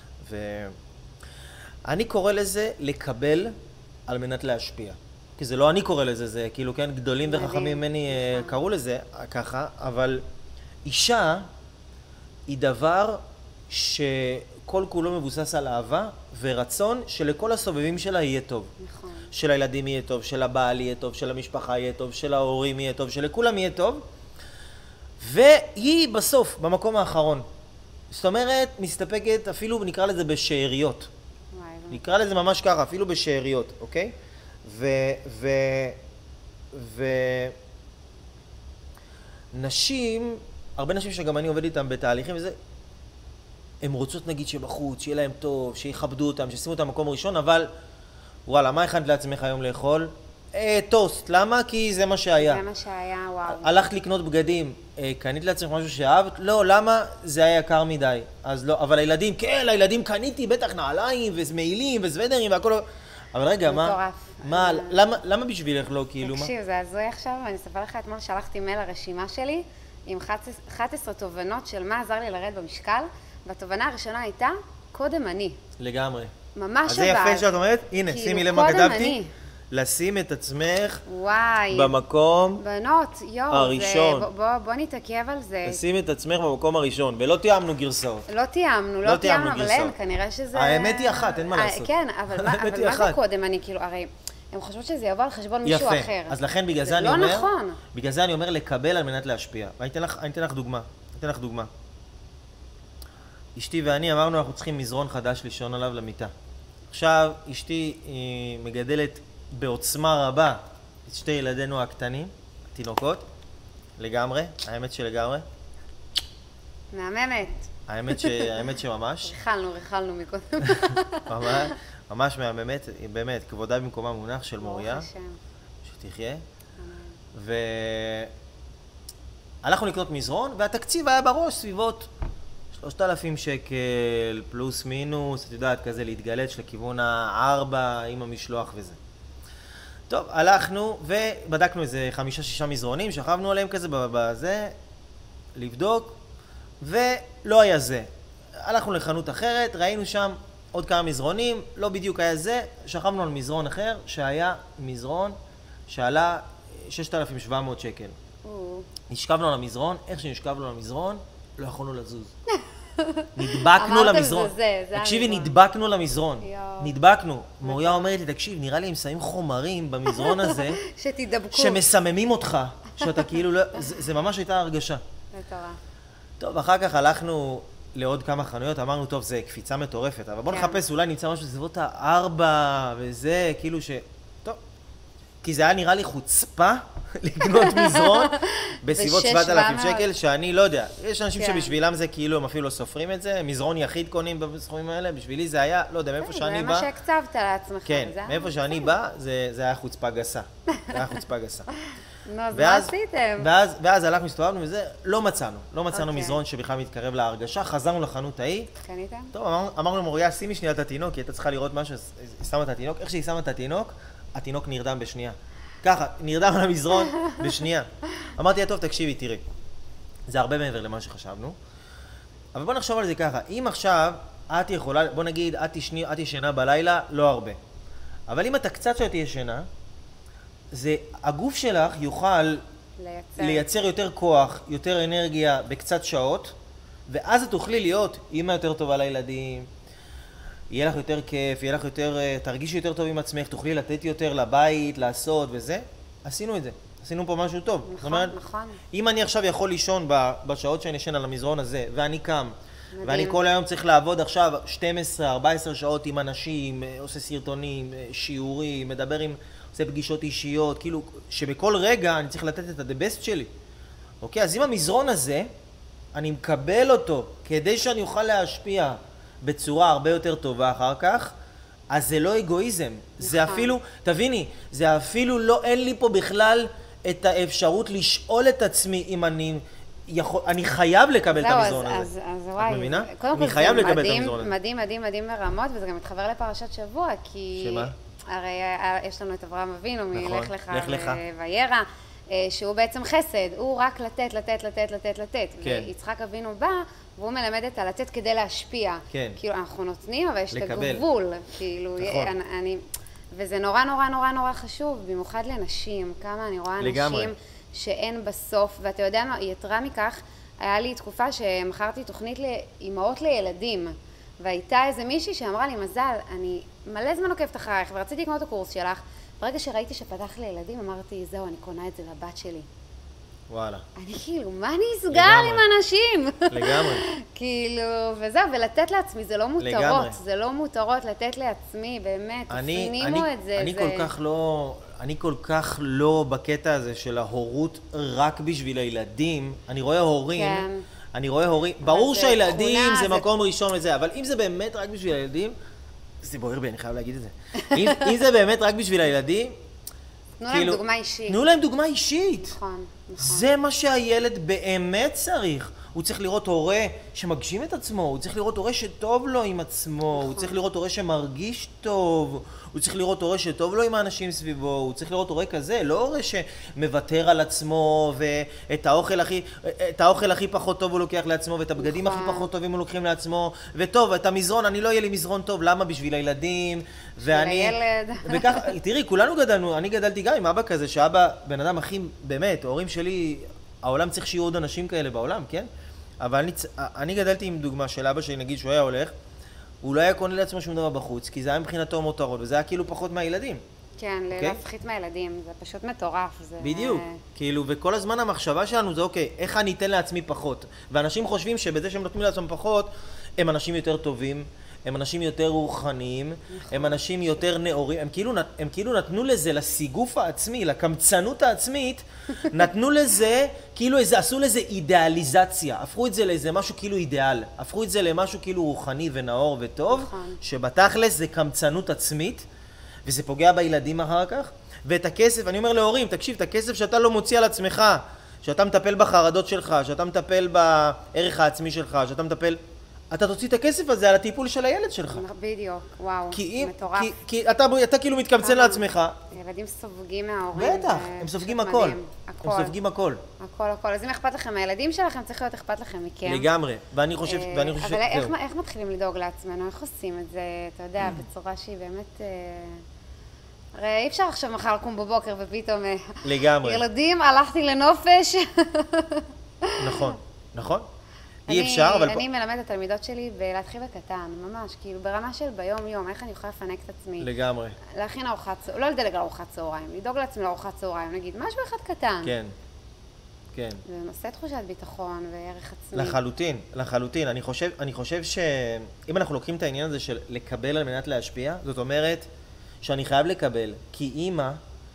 ואני קורא לזה לקבל על מנת להשפיע. כי זה לא אני קורא לזה, זה כאילו, כן, גדולים מדהים, וחכמים ממני אה, נכון. קראו לזה ככה, אבל אישה היא דבר שכל כולו מבוסס על אהבה ורצון שלכל הסובבים שלה יהיה טוב. נכון. של הילדים יהיה טוב, של הבעל יהיה טוב, של המשפחה יהיה טוב, של ההורים יהיה טוב, שלכולם יהיה טוב. והיא בסוף, במקום האחרון. זאת אומרת, מסתפקת אפילו, נקרא לזה בשאריות. וואי, זה נקרא לזה ממש ככה, אפילו בשאריות, אוקיי? ו... ו... ו... נשים, הרבה נשים שגם אני עובד איתם בתהליכים וזה, הן רוצות נגיד שבחוץ, שיהיה להם טוב, שיכבדו אותם, שישימו אותם במקום ראשון, אבל וואלה, מה הכנת לעצמך היום לאכול? אה, טוסט, למה? כי זה מה שהיה. זה מה שהיה, וואו. הלכת לקנות בגדים, אה, קנית לעצמך משהו שאהבת? לא, למה? זה היה יקר מדי. אז לא, אבל הילדים, כן, לילדים קניתי בטח נעליים ומעילים וסוודרים והכל. אבל רגע, מה? מטורף. מה, אה, למה, למה בשבילך לא, כאילו, מה? תקשיב, זה הזוי עכשיו, ואני אספר לך, אתמול שלחתי מייל לרשימה שלי עם אחת עשרה תובנות של מה עזר לי לרדת במשקל, והתובנה הראשונה הייתה, קודם אני. לגמרי. ממש אז זה יפה שאת אומרת, הנה, כאילו, שימי לב מה קודם כתבתי. אני. לשים את עצמך וואי. במקום, בנות, יואו, הראשון. זה, בוא, בוא, בוא נתעכב על זה. לשים את עצמך במקום הראשון, ולא תיאמנו גרסאות. לא תיאמנו, לא לא תיאמנו תיאמנו, אבל גרסאות. אין, כנראה שזה... האמת היא אחת, אין מה אה, לעשות. כן, אבל מה, האמת היא אבל מה זה אחת. קודם אני, כאילו, הרי, הם חושבות שזה יבוא על חשבון מישהו יפה. אחר. אז לכן בגלל זה זה אני לא אומר, נכון. בגלל זה אני אומר לקבל על מנת להשפיע. ואני אתן לך, אני אתן לך דוגמה. אני אתן לך דוגמה. אשתי ואני אמרנו אנחנו צריכים מזרון חדש לישון עליו למיטה. עכשיו אשתי היא מגדלת בעוצמה רבה את שתי ילדינו הקטנים, התינוקות, לגמרי, האמת שלגמרי, מהממת. האמת, ש... האמת שממש, ריכלנו, ריכלנו מקודם. ממש, ממש מהממת, באמת, כבודה במקומה מונח של מוריה, ברוך השם. שתחיה. אמן. ו... הלכנו לקנות מזרון, והתקציב היה בראש סביבות שלושת אלפים שקל, פלוס מינוס, את יודעת, כזה להתגלץ לכיוון הארבע עם המשלוח וזה. טוב, הלכנו ובדקנו איזה חמישה שישה מזרונים, שכבנו עליהם כזה בזה, לבדוק, ולא היה זה. הלכנו לחנות אחרת, ראינו שם עוד כמה מזרונים, לא בדיוק היה זה, שכבנו על מזרון אחר, שהיה מזרון שעלה שישת אלפים ושבע מאות שקל. נשכבנו על המזרון, איך שנשכבנו על המזרון, לא יכולנו לזוז. נדבקנו למזרון. תקשיבי, נדבקנו למזרון. נדבקנו. מוריה אומרת לי, תקשיב, נראה לי הם שמים חומרים במזרון הזה, שתדבקו. שמסממים אותך, שאתה כאילו לא... זה ממש הייתה הרגשה. מטורף. טוב, אחר כך הלכנו לעוד כמה חנויות, אמרנו, טוב, זה קפיצה מטורפת, אבל בוא נחפש, אולי נמצא משהו בסביבות הארבע, וזה, כאילו ש... טוב. כי זה היה נראה לי חוצפה לקנות מזרון בסביבות שבעת אלפים שקל, שאני לא יודע. יש אנשים שבשבילם זה כאילו, הם אפילו לא סופרים את זה, מזרון יחיד קונים בסכומים האלה, בשבילי זה היה, לא יודע, מאיפה שאני בא... זה מה שהקצבת לעצמך. כן, מאיפה שאני בא, זה היה חוצפה גסה. זה היה חוצפה גסה. נו, אז מה עשיתם? ואז הלכנו, הסתובבנו וזה, לא מצאנו. לא מצאנו מזרון שבכלל מתקרב להרגשה, חזרנו לחנות ההיא. קניתם? טוב, אמרנו למוריה, שימי שנייה את התינוק, כי הייתה צריכה לראות משהו, היא שמה את התינוק. איך שהיא שמה את התינוק, התינוק נרדם בשנייה. ככה, נרדם על המזרון בשנייה. אמרתי לה, טוב, תקשיבי, תראי. זה הרבה מעבר למה שחשבנו. אבל בוא נחשוב על זה ככה. אם עכשיו את יכולה, בוא נגיד, את תשני, את ישנה בלילה, לא הרבה. אבל אם אתה קצת שאת ישנה, זה, הגוף שלך יוכל לייצר. לייצר יותר כוח, יותר אנרגיה בקצת שעות, ואז את תוכלי להיות אימא יותר טובה לילדים, יהיה לך יותר כיף, יהיה לך יותר, תרגישי יותר טוב עם עצמך, תוכלי לתת יותר לבית, לעשות וזה. עשינו את זה. עשינו פה משהו טוב. נכון, זאת אומרת, נכון. אם אני עכשיו יכול לישון בשעות שאני ישן על המזרון הזה, ואני קם, מדהים. ואני כל היום צריך לעבוד עכשיו שתים עשרה ארבע עשרה שעות עם אנשים, עושה סרטונים, שיעורים, מדבר עם, עושה פגישות אישיות, כאילו, שבכל רגע אני צריך לתת את ה-the best שלי. אוקיי? אז אם המזרון הזה, אני מקבל אותו כדי שאני אוכל להשפיע בצורה הרבה יותר טובה אחר כך, אז זה לא אגואיזם. נכון. זה אפילו, תביני, זה אפילו לא, אין לי פה בכלל את האפשרות לשאול את עצמי אם אני יכול, אני חייב לקבל את המזרון הזה. אז, אז וואי, את מבינה? קודם כל חייב זה לקבל מדהים, את המזרון הזה. מדהים, מדהים, מדהים ברמות, וזה גם מתחבר לפרשת שבוע, כי... שמה? הרי יש לנו את אברהם אבינו, נכון, מלך לך לך לך. וירא, שהוא בעצם חסד, הוא רק לתת, לתת, לתת, לתת, לתת. כן. ויצחק אבינו בא, והוא מלמד את הלתת כדי להשפיע. כן. כאילו, אנחנו נותנים, אבל יש את לקבל. הגבול. כאילו, נכון. אני, אני, וזה נורא נורא נורא נורא חשוב, במיוחד לנשים, כמה אני רואה לגמרי. אנשים שאין בסוף, ואתה יודע מה, יתרה מכך, היה לי תקופה שמכרתי תוכנית לאימהות לילדים, והייתה איזה מישהי שאמרה לי, מזל, אני מלא זמן עוקבת אחרייך, ורציתי לקנות את הקורס שלך. ברגע שראיתי שפתח לילדים, אמרתי, זהו, אני קונה את זה לבת שלי. וואלה. אני כאילו, מה נסגר עם אנשים? לגמרי. כאילו, וזהו, ולתת לעצמי, זה לא מותרות. לגמרי. זה לא מותרות לתת לעצמי, באמת, אני, תפנימו אני, את זה. אני זה... כל כך לא, אני כל כך לא בקטע הזה של ההורות רק בשביל הילדים. אני רואה הורים, כן. אני רואה הורים, ברור זה שהילדים תכונה, זה זה- מקום ראשון וזה, אבל אם זה באמת רק בשביל הילדים, זה בוער בי, אני חייב להגיד את זה. אם, אם זה באמת רק בשביל הילדים, תנו להם דוגמה אישית. תנו להם דוגמה אישית. נכון, נכון. זה מה שהילד באמת צריך. הוא צריך לראות הורה שמגשים את עצמו, הוא צריך לראות הורה שטוב לו עם עצמו, נכון. הוא צריך לראות הורה שמרגיש טוב, הוא צריך לראות הורה שטוב לו עם האנשים סביבו, הוא צריך לראות הורה כזה, לא הורה שמוותר על עצמו ואת האוכל הכי, את האוכל הכי פחות טוב הוא לוקח לעצמו ואת הבגדים נכון. הכי פחות טובים הוא לוקחים לעצמו, וטוב, את המזרון, אני לא יהיה לי מזרון טוב, למה? בשביל הילדים, ואני... הילד. וככה, תראי, כולנו גדלנו, אני גדלתי גם עם אבא כזה, שאבא, בן אדם הכי, באמת, ההורים שלי, העולם צריך שיהיו עוד אנשים כאלה בעולם, כן? אבל אני, אני גדלתי עם דוגמה של אבא שלי, נגיד שהוא היה הולך, הוא לא היה קונה לעצמו שום דבר בחוץ, כי זה היה מבחינתו מותרות, וזה היה כאילו פחות מהילדים. כן, אוקיי? להפחית מהילדים, זה פשוט מטורף. זה... בדיוק, כאילו, וכל הזמן המחשבה שלנו זה אוקיי, איך אני אתן לעצמי פחות? ואנשים חושבים שבזה שהם נותנים לעצמם פחות, הם אנשים יותר טובים, הם אנשים יותר רוחניים, הם אנשים יותר נאורים, הם כאילו, הם כאילו נתנו לזה, לסיגוף העצמי, לקמצנות העצמית, נתנו לזה, כאילו איזה, עשו לזה אידיאליזציה, הפכו את זה לאיזה משהו כאילו אידיאל, הפכו את זה למשהו כאילו רוחני ונאור וטוב, נכון. שבתכלס זה קמצנות עצמית, וזה פוגע בילדים אחר כך, ואת הכסף, אני אומר להורים, תקשיב, את הכסף שאתה לא מוציא על עצמך, שאתה מטפל בחרדות שלך, שאתה מטפל בערך העצמי שלך, שאתה מטפל... אתה תוציא את הכסף הזה על הטיפול של הילד שלך. בדיוק, וואו, כי מטורף. כי, כי אתה, אתה כאילו מתקמצן לעצמך. ילדים סופגים מההורים. בטח, הם סופגים הכל. הכל. הם סופגים הכל. הכל, הכל. אז אם אכפת לכם מהילדים שלכם, צריך להיות אכפת לכם מכם. לגמרי. ואני חושב... ואני חושב אבל איך, איך מתחילים לדאוג לעצמנו? איך עושים את זה, אתה יודע, בצורה שהיא באמת... הרי אי אפשר עכשיו מחר לקום בבוקר ופתאום... לגמרי. ילדים, הלכתי לנופש. נכון, נכון. אי אני, אפשר, אבל... אני מלמדת את התלמידות שלי בלהתחיל בקטן, ממש, כאילו ברמה של ביום-יום, איך אני יכולה לפנק את עצמי. לגמרי. להכין ארוחת צהריים, לא לדלג על ארוחת צהריים, לדאוג לעצמי לארוחת צהריים, נגיד, משהו אחד קטן. כן, כן. זה נושא תחושת ביטחון וערך עצמי. לחלוטין, לחלוטין. אני חושב, אני חושב שאם אנחנו לוקחים את העניין הזה של לקבל על מנת להשפיע, זאת אומרת שאני חייב לקבל, כי אימא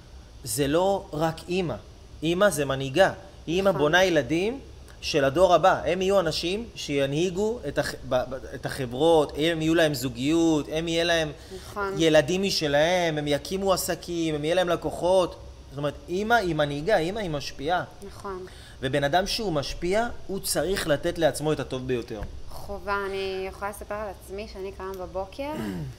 זה לא רק אימא, אימא זה מנהיגה. אימא בונה ילדים של הדור הבא. הם יהיו אנשים שינהיגו את, הח... את החברות, הם יהיו להם זוגיות, הם יהיה להם נכון. ילדים משלהם, הם יקימו עסקים, הם יהיה להם לקוחות. זאת אומרת, אימא היא מנהיגה, אימא היא משפיעה. נכון. ובן אדם שהוא משפיע, הוא צריך לתת לעצמו את הטוב ביותר. חובה, אני יכולה לספר על עצמי שאני קמה בבוקר,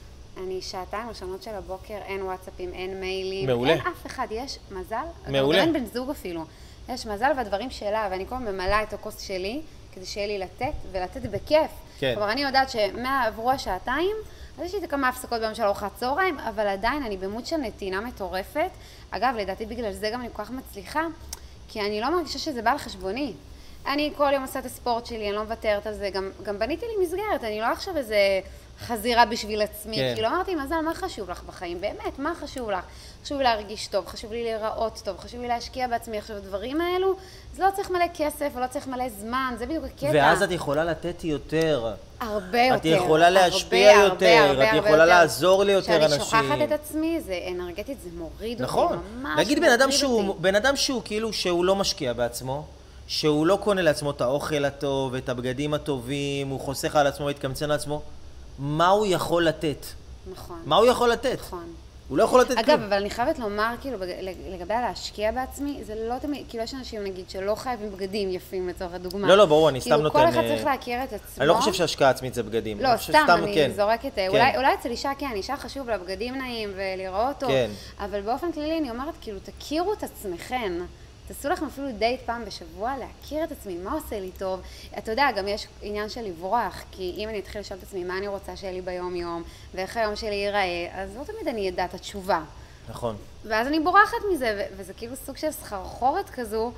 אני שעתיים ראשונות של הבוקר, אין וואטסאפים, אין מיילים, מעולה. אין אף אחד, יש מזל, מעולה. אין בן זוג אפילו. יש מזל והדברים שלה, ואני כל הזמן ממלאה את הכוס שלי, כדי שיהיה לי לתת, ולתת בכיף. כן. כלומר, אני יודעת שמעברו השעתיים, אז יש לי כמה הפסקות ביום של ארוחת צהריים, אבל עדיין אני במות של נתינה מטורפת. אגב, לדעתי בגלל זה גם אני כל כך מצליחה, כי אני לא מרגישה שזה בא על חשבוני. אני כל יום עושה את הספורט שלי, אני לא מוותרת על זה, גם, גם בניתי לי מסגרת, אני לא עכשיו איזה חזירה בשביל עצמי, כן. כי לא אמרתי, מזל, מה חשוב לך בחיים? באמת, מה חשוב לך? חשוב לי להרגיש טוב, חשוב לי להיראות טוב, חשוב לי להשקיע בעצמי. עכשיו, הדברים האלו, זה לא צריך מלא כסף, ולא צריך מלא זמן, זה בדיוק הקטע. ואז את יכולה לתת יותר. הרבה יותר. את יכולה להשפיע הרבה, יותר, הרבה, הרבה, את הרבה יכולה יותר. לעזור ליותר אנשים. כשאני שוכחת את עצמי, זה אנרגטית, זה מוריד נכון. אותי, ממש נגיד בן מוריד אדם שהוא, אותי. בן אדם שהוא כאילו, שהוא לא משקיע בעצמו, שהוא לא קונה לעצמו את האוכל הטוב, את הבגדים הטובים, הוא חוסך על עצמו, מתקמצן לעצמו, מה הוא יכול לתת? נכון. מה הוא יכול לתת? נכון. הוא לא יכול לתת כלום. אגב, אבל אני חייבת לומר, כאילו, לגבי להשקיע בעצמי, זה לא תמיד, כאילו, יש אנשים, נגיד, שלא חייבים בגדים יפים לצורך הדוגמה. לא, לא, ברור, אני סתם כאילו, נותן... כל אחד צריך להכיר את עצמו. אני לא חושב שהשקעה עצמית זה בגדים. לא, אני חושב סתם, שסתם, אני כן. זורקת, כן. אולי, אולי אצל אישה, כן, אישה חשוב לה בגדים נעים ולראות טוב. כן. אבל באופן כללי אני אומרת, כאילו, תכירו את עצמכם. תעשו לכם אפילו דייט פעם בשבוע, להכיר את עצמי, מה עושה לי טוב. אתה יודע, גם יש עניין של לברוח, כי אם אני אתחיל לשאול את עצמי מה אני רוצה שיהיה לי ביום-יום, ואיך היום שלי ייראה, אז לא תמיד אני אדע את התשובה. נכון. ואז אני בורחת מזה, וזה כאילו סוג של סחרחורת כזו,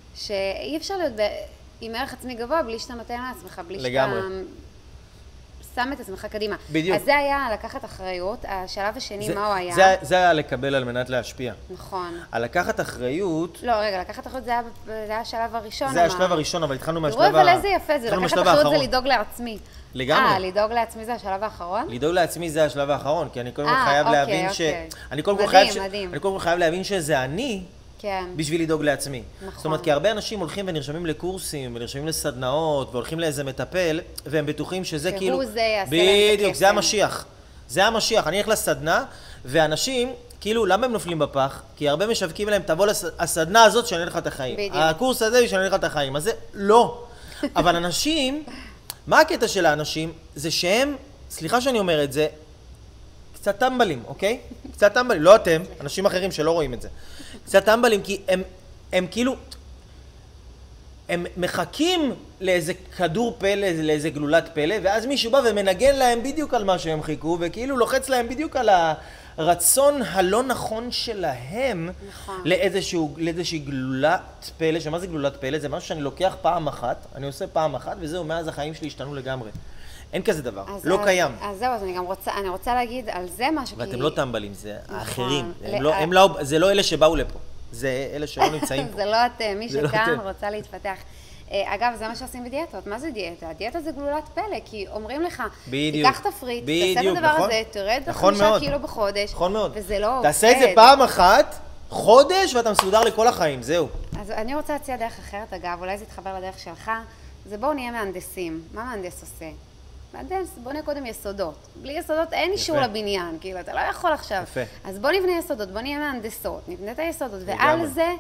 שאי אפשר להיות עם ערך עצמי גבוה בלי שאתה נותן לעצמך, בלי לגמרי. שאתה שם את עצמך קדימה. בדיוק. אז זה היה לקחת אחריות, השלב השני, זה, מה הוא היה? זה, זה היה לקבל על מנת להשפיע. נכון. על לקחת אחריות... לא, רגע, לקחת אחריות זה היה, זה היה השלב הראשון. זה היה השלב הראשון, אבל התחלנו מהשלב תראו אבל איזה יפה זה, לקחת אחריות האחרון. זה לדאוג לעצמי. לגמרי. אה, לדאוג לעצמי זה השלב האחרון? לדאוג לעצמי זה השלב האחרון, כי אני קודם כל אה, חייב אוקיי, להבין ש... אוקיי. אני קודם כל מדהים, חייב ש... מדהים. אני קודם כל חייב להבין שזה אני כן. בשביל לדאוג לעצמי. נכון. זאת אומרת, כי הרבה אנשים הולכים ונרשמים לקורסים, ונרשמים לסדנאות, והולכים לאיזה מטפל, והם בטוחים שזה שהוא כאילו... זה יעשה להם את בדיוק, הקסם. זה המשיח. זה המשיח. אני הולך לסדנה, ואנשים, כאילו, למה הם נופלים בפח? כי הרבה משווקים להם, תבוא לסדנה הזאת שאני לך את החיים. בדיוק. הקורס הזה שאני לך את החיים. אז זה לא. אבל אנשים, מה הקטע של האנשים? זה שהם, סליחה שאני אומר את זה, קצת טמבלים, אוקיי? קצת טמבלים, לא אתם, אנשים אחרים שלא רואים את זה. קצת טמבלים, כי הם, הם כאילו, הם מחכים לאיזה כדור פלא, לאיזה גלולת פלא, ואז מישהו בא ומנגן להם בדיוק על מה שהם חיכו, וכאילו לוחץ להם בדיוק על הרצון הלא נכון שלהם, נכון. לאיזשהו, לאיזושהי גלולת פלא. שמה זה גלולת פלא? זה משהו שאני לוקח פעם אחת, אני עושה פעם אחת, וזהו, מאז החיים שלי השתנו לגמרי. אין כזה דבר, לא אז, קיים. אז זהו, אז אני גם רוצה, אני רוצה להגיד על זה משהו, ואתם כי... לא טמבלים, זה נכון. האחרים. הם ל- לא, הם לא, זה לא אלה שבאו לפה, זה אלה שלא נמצאים פה. זה לא אתם, מי זה לא שכאן אתם. רוצה להתפתח. אה, אגב, זה מה שעושים בדיאטות. מה זה דיאטה? דיאטה זה גלולת פלא, כי אומרים לך, בדיוק. תיקח תפריט, תעשה את בדיוק, הדבר נכון. הזה, תרד נכון בחמישה מאוד. קילו בחודש, נכון מאוד. וזה לא עובד. תעשה את זה פעם אחת, חודש, ואתה מסודר לכל החיים, זהו. אז אני רוצה להציע דרך אחרת, אגב, אולי זה יתחבר לדרך שלך, זה בואו נהיה מהנדסים. מה מהנדס עושה? מהנדס, בוא נהיה קודם יסודות. בלי יסודות אין אישור לבניין, כאילו, אתה לא יכול עכשיו. יפה. אז בוא נבנה יסודות, בוא נהיה מהנדסות, נבנה את היסודות, לגמרי. ועל זה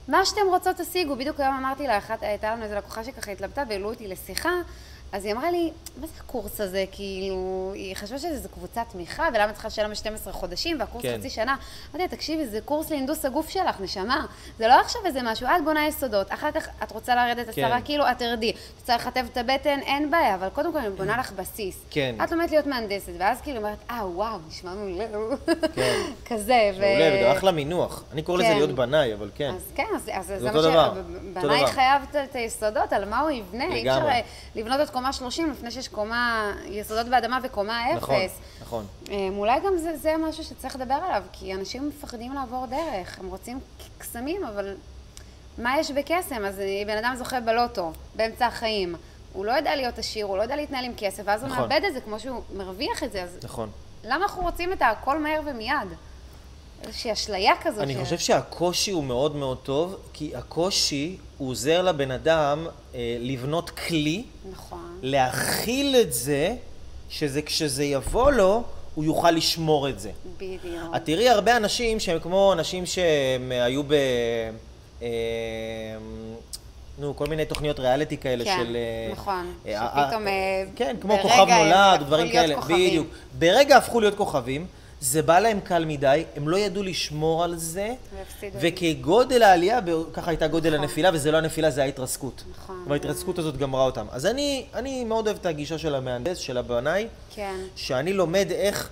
מה שאתם רוצות תשיגו. בדיוק היום אמרתי לה, אחת, הייתה לנו איזו לקוחה שככה התלבטה והעלו אותי לשיחה, אז היא אמרה לי, מה זה הקורס הזה? כאילו, היא חשבה שזו קבוצת תמיכה, ולמה צריכה לשלם שנים עשר חודשים, והקורס כן. חצי שנה. אמרתי, תקשיבי, זה קורס להנדוס הגוף שלך, נשמה. זה לא עכשיו איזה משהו, את בונה יסודות, אחר כך את רוצה לרדת עשרה קילו, את תרדי. את רוצה לכתב את הבטן, אין בעיה, אבל קודם כל אני בונה לך בסיס. כן. את לומדת להיות מהנדסת, ואז כאילו אומרת, אה, וואו, נשמע מעולה. כזה, ו... מעולה, וגם אחלה מינוח. אני קורא לזה להיות בנאי, אבל כן. אז כן, אז זה זה מה אותו דבר. שבנאי חייב את היסודות, על מה הוא יבנה. אי אפשר לגמרי. לבנות את קומה שלושים לפני שיש קומה, יסודות באדמה וקומה נכון, אפס. נכון. אמ, אולי גם זה, זה משהו שצריך לדבר עליו, כי אנשים מפחדים לעבור דרך, הם רוצים קסמים, אבל מה יש בקסם? אז בן אדם זוכה בלוטו, באמצע החיים. הוא לא יודע להיות עשיר, הוא לא יודע להתנהל עם כסף, ואז הוא נכון. מאבד את זה כמו שהוא מרוויח את זה. אז נכון. למה אנחנו רוצים את הכל מהר ומיד? איזושהי אשליה כזאת. אני ש... חושב שהקושי הוא מאוד מאוד טוב, כי הקושי הוא עוזר לבן אדם אה, לבנות כלי, נכון. להכיל את זה, שזה כשזה יבוא לו, הוא יוכל לשמור את זה. בדיוק. את תראי הרבה אנשים שהם כמו אנשים שהם היו ב... אה, נו, כל מיני תוכניות ריאליטי כאלה כן, של... נכון. אה, שפתאום... אה, כן, כמו ברגע כוכב הם נולד, הפכו דברים להיות כאלה. כוכבים. בדיוק. ברגע הפכו להיות כוכבים, זה בא להם קל מדי, הם לא ידעו לשמור על זה, והפסידו. וכגודל העלייה, ככה הייתה גודל נכון. הנפילה, וזה לא הנפילה, זה ההתרסקות. נכון. וההתרסקות הזאת גמרה אותם. אז אני, אני מאוד אוהב את הגישה של המהנדס, של הבנאי, כן. שאני לומד איך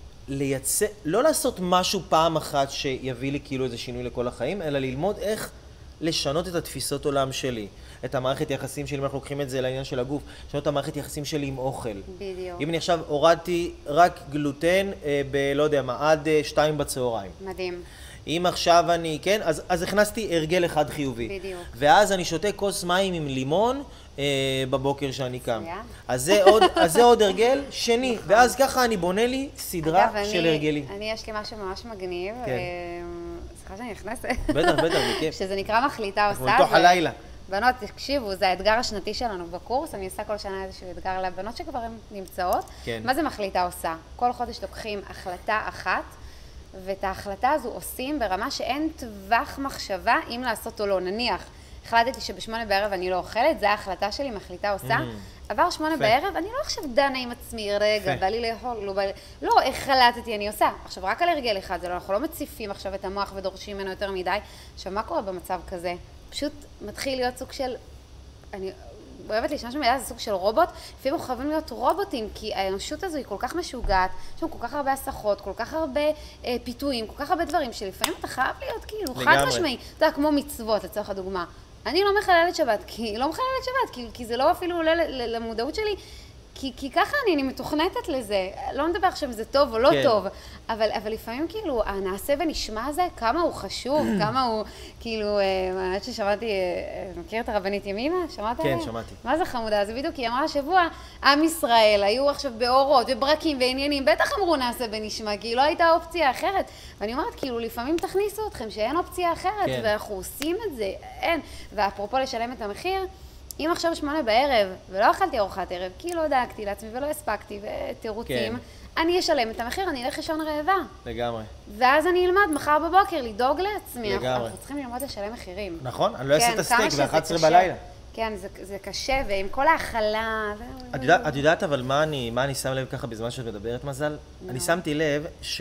לייצא, לא לעשות משהו פעם אחת שיביא לי כאילו איזה שינוי לכל החיים, אלא ללמוד איך לשנות את התפיסות עולם שלי, את המערכת יחסים שלי, אם אנחנו לוקחים את זה לעניין של הגוף, לשנות את המערכת יחסים שלי עם אוכל. בדיוק. אם אני עכשיו הורדתי רק גלוטן אה, ב... לא יודע מה, עד אה, שתיים בצהריים. מדהים. אם עכשיו אני, כן, אז, אז הכנסתי הרגל אחד חיובי. בדיוק. ואז אני שותה כוס מים עם לימון אה, בבוקר שאני קם. מצוין. אז זה עוד, אז זה עוד הרגל שני, ואז ככה אני בונה לי סדרה אגב, של אני- הרגלים. אני, יש לי משהו ממש מגניב. כן. אה, סליחה שאני נכנסת. בטח, בטח, בכיף. שזה נקרא מחליטה אנחנו עושה. לתוך ו- הלילה. בנות, תקשיבו, זה האתגר השנתי שלנו בקורס, אני עושה כל שנה איזשהו אתגר לבנות שכבר הן נמצאות. כן. מה זה מחליטה עושה? כל חודש לוקחים החלטה אחת, ואת ההחלטה הזו עושים ברמה שאין טווח מחשבה אם לעשות או לא. נניח, החלטתי שבשמונה בערב אני לא אוכלת, זו ההחלטה שלי, מחליטה עושה. עבר שמונה יפה. בערב, אני לא עכשיו דנה עם עצמי, רגע, יפה. בא לי לאכול, לא בא לי... לא, איך חלטתי, אני עושה. עכשיו, רק על הרגל אחד, זה לא, אנחנו לא מציפים עכשיו את המוח ודורשים ממנו יותר מדי. עכשיו, מה קורה במצב כזה? פשוט מתחיל להיות סוג של... אני אוהבת להשתמש במילה, זה סוג של רובוט. לפעמים אנחנו חייבים להיות רובוטים, כי האנושות הזו היא כל כך משוגעת, יש שם כל כך הרבה הסחות, כל כך הרבה אה, פיתויים, כל כך הרבה דברים, שלפעמים אתה חייב להיות כאילו חד לגמרי. משמעי. אתה יודע, כמו מצוות, לצורך הדוגמה. אני לא מחללת שבת, כי לא מחללת שבת, כי, כי זה לא אפילו עולה ל- ל- למודעות שלי, כי, כי ככה אני, אני מתוכנתת לזה. לא נדבר עכשיו אם זה טוב או לא כן. טוב, אבל, אבל לפעמים כאילו, הנעשה ונשמע הזה, כמה הוא חשוב, כמה הוא, כאילו, אה, האמת ששמעתי, אה, מכיר את הרבנית ימימה? שמעת כן, עליה? שמעתי. מה זה חמודה? זה בדיוק, היא אמרה השבוע, עם ישראל, היו עכשיו באורות וברקים ועניינים, בטח אמרו נעשה ונשמע, כי לא הייתה אופציה אחרת. ואני אומרת, כאילו, לפעמים תכניסו אתכם שאין אופציה אחרת, כן. ואנחנו עושים את זה, אין. ואפרופו לשלם את המחיר, אם עכשיו שמונה בערב, ולא אכלתי ארוחת ערב, כי לא דאגתי לעצמי ולא הספקתי, ותירוצים, כן. אני אשלם את המחיר, אני אלך לישון רעבה. לגמרי. ואז אני אלמד מחר בבוקר לדאוג לעצמי. אנחנו- לגמרי. אנחנו צריכים ללמוד לשלם מחירים. נכון? אני לא אעשה את כן, הסטייק כמה שזה ב-אחת עשרה קשה. בלילה. כן, זה, זה קשה, ועם כל ההכלה... את יודעת, את יודעת אבל מה אני, מה אני שם לב ככה בזמן שאת מדברת, מזל? אני שמתי לב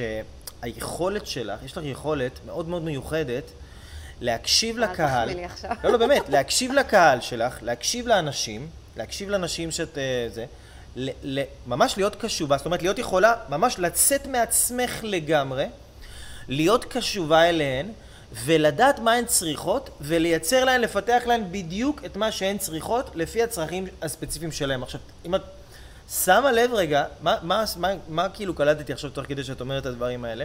שהיכולת שלך, יש לך יכולת מאוד מאוד מיוחדת להקשיב אל לקהל. תחמיא לי עכשיו. לא, לא, באמת, להקשיב לקהל שלך, להקשיב לאנשים, להקשיב לאנשים שאת... אה, זה, ל, ל, ממש להיות קשובה, זאת אומרת, להיות יכולה ממש לצאת מעצמך לגמרי, להיות קשובה אליהן, ולדעת מה הן צריכות, ולייצר להן, לפתח להן בדיוק את מה שהן צריכות, לפי הצרכים הספציפיים שלהן. עכשיו, אם את שמה לב רגע, מה, מה, מה, מה כאילו קלטתי עכשיו תוך כדי שאת אומרת את הדברים האלה?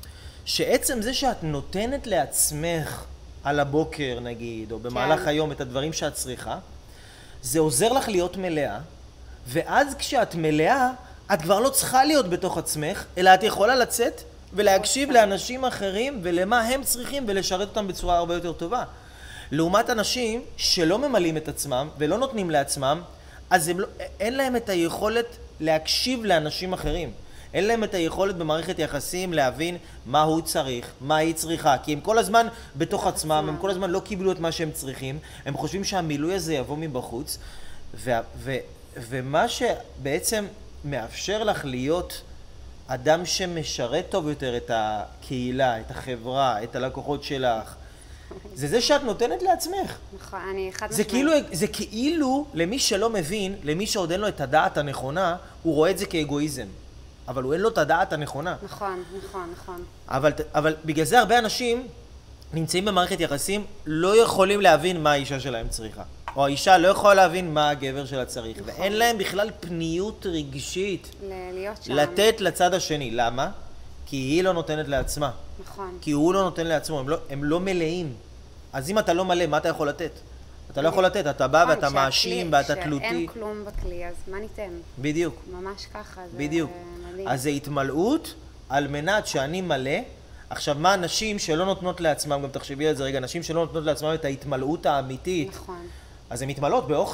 שעצם זה שאת נותנת לעצמך על הבוקר נגיד, או במהלך כן. היום את הדברים שאת צריכה, זה עוזר לך להיות מלאה, ואז כשאת מלאה, את כבר לא צריכה להיות בתוך עצמך, אלא את יכולה לצאת ולהקשיב לאנשים אחרים ולמה הם צריכים ולשרת אותם בצורה הרבה יותר טובה. לעומת אנשים שלא ממלאים את עצמם ולא נותנים לעצמם, אז הם לא, אין להם את היכולת להקשיב לאנשים אחרים. אין להם את היכולת במערכת יחסים להבין מה הוא צריך, מה היא צריכה, כי הם כל הזמן בתוך עצמם, הם כל הזמן לא קיבלו את מה שהם צריכים, הם חושבים שהמילוי הזה יבוא מבחוץ, ו- ו- ומה שבעצם מאפשר לך להיות אדם שמשרת טוב יותר את הקהילה, את החברה, את הלקוחות שלך, זה זה שאת נותנת לעצמך. נכון, אני חד זה משמעית. כאילו, זה כאילו, למי שלא מבין, למי שעוד אין לו את הדעת הנכונה, הוא רואה את זה כאגואיזם. אבל הוא אין לו את הדעת הנכונה. נכון, נכון, נכון. אבל, אבל בגלל זה הרבה אנשים נמצאים במערכת יחסים, לא יכולים להבין מה האישה שלהם צריכה. או האישה לא יכולה להבין מה הגבר שלה צריך. נכון. ואין להם בכלל פניות רגשית ל- להיות שם. לתת לצד השני. למה? כי היא לא נותנת לעצמה. נכון. כי הוא לא נותן לעצמו, הם לא, הם לא מלאים. אז אם אתה לא מלא, מה אתה יכול לתת? אתה לא יכול לתת, אתה בא ואתה נכון, מאשים שהכלי- ואתה שאין תלותי. כלום בכלי, אז מה ניתן? בדיוק, ממש ככה, זה בדיוק. מדהים. אז זה התמלאות על מנת שאני מלא. עכשיו, מה הנשים שלא נותנות לעצמם, גם תחשבי על זה רגע, נשים שלא נותנות לעצמם את ההתמלאות האמיתית, נכון. אז הן מתמלאות באוכל.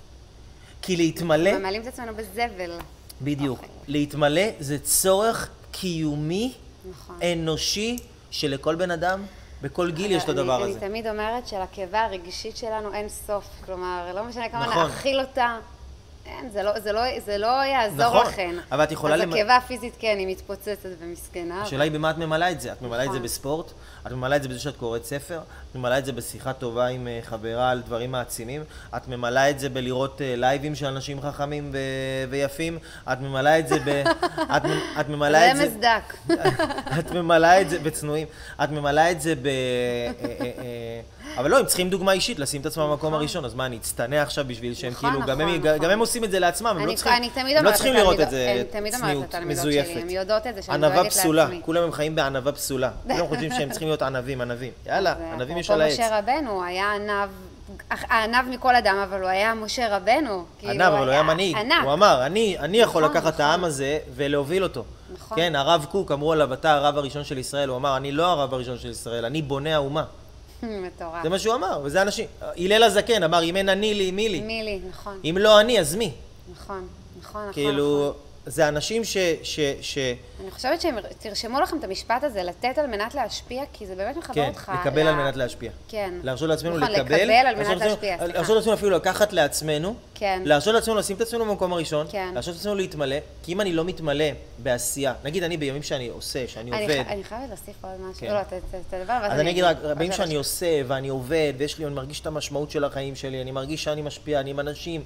כי להתמלא, ממלאים את עצמנו בזבל. בדיוק, אוכל. להתמלא זה צורך קיומי, נכון. אנושי, שלכל בן אדם, בכל גיל יש את הדבר אני, הזה. אני תמיד אומרת שלקיבה הרגשית שלנו אין סוף. כלומר, לא משנה כמה נכון. נאכיל אותה, אין, זה לא, זה לא, זה לא יעזור נכון, לכן. אבל את יכולה אז למ- הקיבה הפיזית כן, היא מתפוצצת ומסכנה. השאלה היא במה את ממלאה את זה. את ממלאה את זה נכון. בספורט, את ממלאה את זה בזה שאת קוראת ספר, את ממלאה את זה בשיחה טובה עם אה, חברה על דברים מעצימים, את ממלאה את זה בלראות אה, לייבים של אנשים חכמים ו- ויפים, את ממלאה את זה ב... את, מ- את ממלאה את זה... רמז דק. את ממלאה את זה בצנועים, את ממלאה את זה ב... אה, אה, אה, אבל לא, הם צריכים דוגמה אישית, לשים את עצמם במקום הראשון, אז מה, אני אצטנע עכשיו בשביל שהם נכון, כאילו, גם נכון, הם- נכון. גם הם עושים את זה לעצמם, הם לא אני, צריכים אני תמיד הם לא אומרת צריכים לתלמידות- לראות את זה אני תמיד אומרת צניעות לתלמידות מזויפת. שלי, הן יודעות את זה שאני ענווה דואגת פסולה, לעצמי. כולם הם חיים בענווה פסולה, כולם חושבים שהם צריכים להיות ענבים, ענבים. יאללה, אז, ענבים יש אפרופו על העץ. משה רבנו, היה ענב, הענב מכל אדם, אבל הוא היה משה רבנו. כאילו, ענב, אבל הוא היה מנהיג. ענק. הוא אמר, אני אני יכול נכון, לקחת את נכון. העם הזה ולהוביל אותו. נכון. כן, הרב קוק, אמרו עליו, אתה הרב הראשון של ישראל, הוא אמר, אני לא הרב הראשון של ישראל, אני בונה האומה. מטורף. זה מה שהוא אמר, וזה אנשים. הלל הזקן אמר, אם אין אני לי, מי לי? מי לי, נכון, אם לא אני, אז מי? נכון, נכון, נכון. כאילו, זה אנשים ש... ש, ש אני חושבת שתרשמו לכם את המשפט הזה, לתת על מנת להשפיע, כי זה באמת מחבר כן, אותך. לקבל ל- על מנת להשפיע. כן. להרשות לעצמנו נכון, לקבל. לקבל על להרשות מנת לעצמנו- להשפיע, סליחה. להרשות לעצמנו אפילו לקחת לעצמנו. כן. להרשות לעצמנו לשים את עצמנו במקום הראשון. כן. להרשות לעצמנו להתמלא. כי אם אני לא מתמלא בעשייה, נגיד אני בימים שאני עושה, שאני אני עובד, ח- אני חייבת להוסיף עוד משהו. כן. לא, ת- ת- תדבר, ואז אז אני אגיד רק, בימים ואז שאני אני- עושה ואני עובד, ויש לי, אני מרגיש את המשמעות של החיים שלי, אני מרגיש שאני משפיע, אני עם אנשים.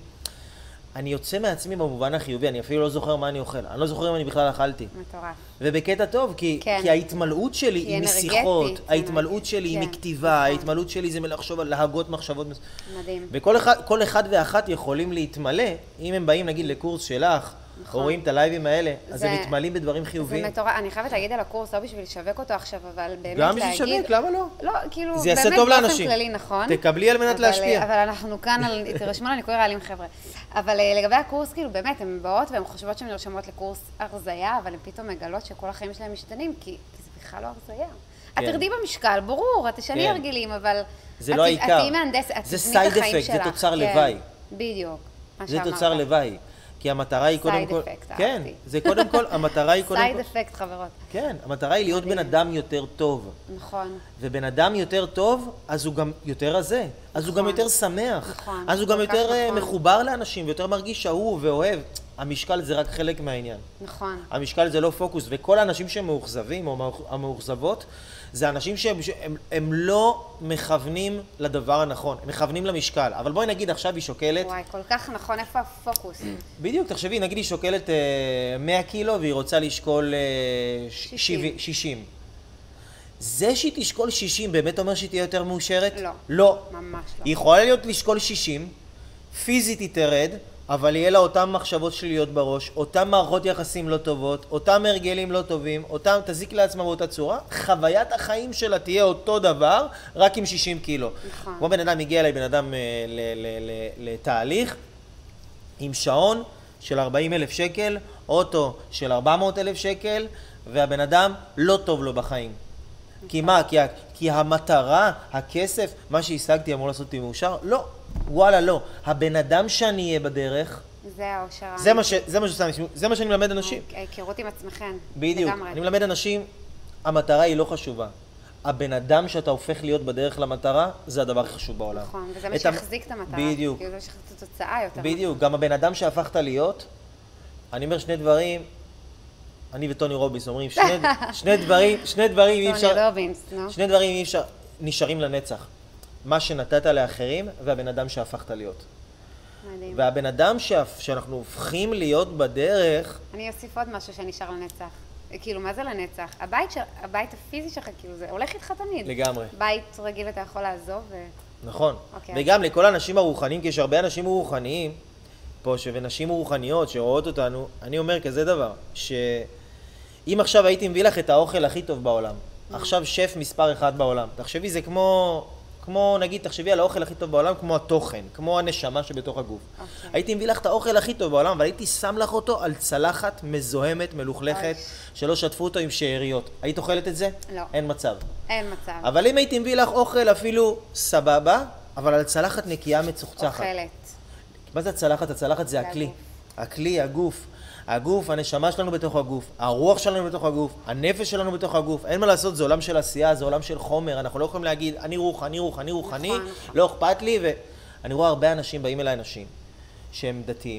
אני יוצא מעצמי במובן החיובי, אני אפילו לא זוכר מה אני אוכל. אני לא זוכר אם אני בכלל אכלתי. מטורף. ובקטע טוב, כי, כן. כי ההתמלאות שלי כי היא אנרגטית, משיחות, זה ההתמלאות אנרגטי, שלי היא כן, מכתיבה, נכון. ההתמלאות שלי זה מלחשוב על להגות מחשבות. מס- מדהים. וכל אחד, כל אחד ואחת יכולים להתמלא, אם הם באים נגיד לקורס שלך, נכון. או רואים את הלייבים האלה, אז זה- הם מתמלאים בדברים זה חיוביים. מטורף. אני חייבת להגיד על הקורס, לא בשביל לשווק אותו עכשיו, אבל באמת גם להגיד... בשביל לשווק, למה לא? לא, כאילו, זה יעשה באמת טוב באופן לאנשים. כללי, נכון. תקבלי על מנת אבל- להשפיע. אבל אנחנו כאן על... תירשמו לניקוי רעלים, חבר'ה. אבל אה, לגבי הקורס, כאילו, באמת, הן באות והן חושבות שהן נרשמות לקורס הרזייה, אבל הן פתאום מגלות שכל החיים שלהם משתנים, כי כי זה בכלל לא הרזייה. את כן. תרדי במשקל, ברור, את תשני כן. הרגלים, אבל... זה את לא ת- העיקר. את תהיי מהנדסת, את זה תבני את side החיים effect, זה שלך. תוצר כן, לוואי. בדיוק. מה זה שאמרת. תוצר לוואי. כי המטרה היא קודם Side כל... effect, כן, אהבתי. זה קודם כל, המטרה היא קודם סייד כל... אפקט, חברות. כן, המטרה היא להיות בן מדהים. אדם יותר טוב. נכון. ובן אדם יותר טוב, אז הוא גם יותר רזה, אז הוא גם נכון. יותר שמח, נכון, אז הוא גם כל כך יותר אה, נכון. מחובר לאנשים, ויותר מרגיש אהוב ואוהב. המשקל זה רק חלק מהעניין. נכון. המשקל זה לא פוקוס, וכל האנשים שמאוכזבים או מאוכ- המאוכזבות, זה אנשים שהם הם, הם לא מכוונים לדבר הנכון, הם מכוונים למשקל. אבל בואי נגיד עכשיו היא שוקלת, וואי, כל כך נכון, איפה הפוקוס? בדיוק, תחשבי, נגיד היא שוקלת אה, מאה קילו והיא רוצה לשקול אה, ש- שישים. שבעים- שישים. זה שהיא תשקול שישים באמת אומר שהיא תהיה יותר מאושרת? לא. לא. ממש לא. היא יכולה להיות לשקול שישים, פיזית היא תרד, אבל יהיה לה אותם מחשבות שליליות בראש, אותם מערכות יחסים לא טובות, אותם הרגלים לא טובים, אותם תזיק לעצמה באותה צורה, חוויית החיים שלה תהיה אותו דבר, רק עם שישים קילו. נכון. כמו בן אדם הגיע אליי, בן אדם אה, ל- ל- ל- לתהליך, עם שעון של ארבעים אלף שקל, אוטו של ארבע מאות אלף שקל, והבן אדם לא טוב לו בחיים. כי מה? כי, ה- כי המטרה, הכסף, מה שהשגתי אמור לעשות אותי מאושר? לא. וואלה, לא. הבן אדם שאני אהיה בדרך, זה האושר. זה מה ש... זה מה שעושה אנשים, זה מה שאני מלמד אנשים. ההיכרות עם עצמכם. בדיוק. אני מלמד אנשים, המטרה היא לא חשובה. הבן אדם שאתה הופך להיות בדרך למטרה, זה הדבר הכי חשוב בעולם. נכון, וזה מה שיחזיק את המטרה. בדיוק. כאילו זה שיחזיק את התוצאה יותר. בדיוק. גם הבן אדם שהפכת להיות, אני אומר שני דברים, אני וטוני רובינס אומרים, שני, שני דברים, שני דברים אי אפשר... טוני רובינס, נו. שני דברים אי אפשר, נשארים לנצח. מה שנתת לאחרים, והבן אדם שהפכת להיות. מדהים. והבן אדם שאנחנו הופכים להיות בדרך... אני אוסיף עוד משהו שנשאר לנצח. כאילו, מה זה לנצח? הבית, ש... הבית הפיזי שלך, כאילו, זה הולך איתך תמיד. לגמרי. בית רגיל אתה יכול לעזוב ו... נכון. אוקיי. וגם לכל האנשים הרוחניים, כי יש הרבה אנשים רוחניים, פה, ונשים רוחניות שרואות אותנו, אני אומר כזה דבר, שאם עכשיו הייתי מביא לך את האוכל הכי טוב בעולם, עכשיו שף מספר אחד בעולם, תחשבי, זה כמו... כמו, נגיד, תחשבי על האוכל הכי טוב בעולם, כמו התוכן, כמו הנשמה שבתוך הגוף. Okay. הייתי מביא לך את האוכל הכי טוב בעולם, אבל הייתי שם לך אותו על צלחת מזוהמת, מלוכלכת, okay. שלא שטפו אותו עם שאריות. היית אוכלת את זה? לא. אין מצב. אין מצב. אבל אם הייתי מביא לך אוכל אפילו סבבה, אבל על צלחת נקייה מצוחצחת. אוכלת. מה זה הצלחת? הצלחת זה הכלי. הכלי, הגוף. הגוף, הנשמה שלנו בתוך הגוף, הרוח שלנו בתוך הגוף, הנפש שלנו בתוך הגוף. אין מה לעשות, זה עולם של עשייה, זה עולם של חומר. אנחנו לא יכולים להגיד, אני רוח, אני רוח, אני רוחני, נכון, לא אכפת לי. ואני רואה הרבה אנשים, באים אליי אנשים שהם דתיים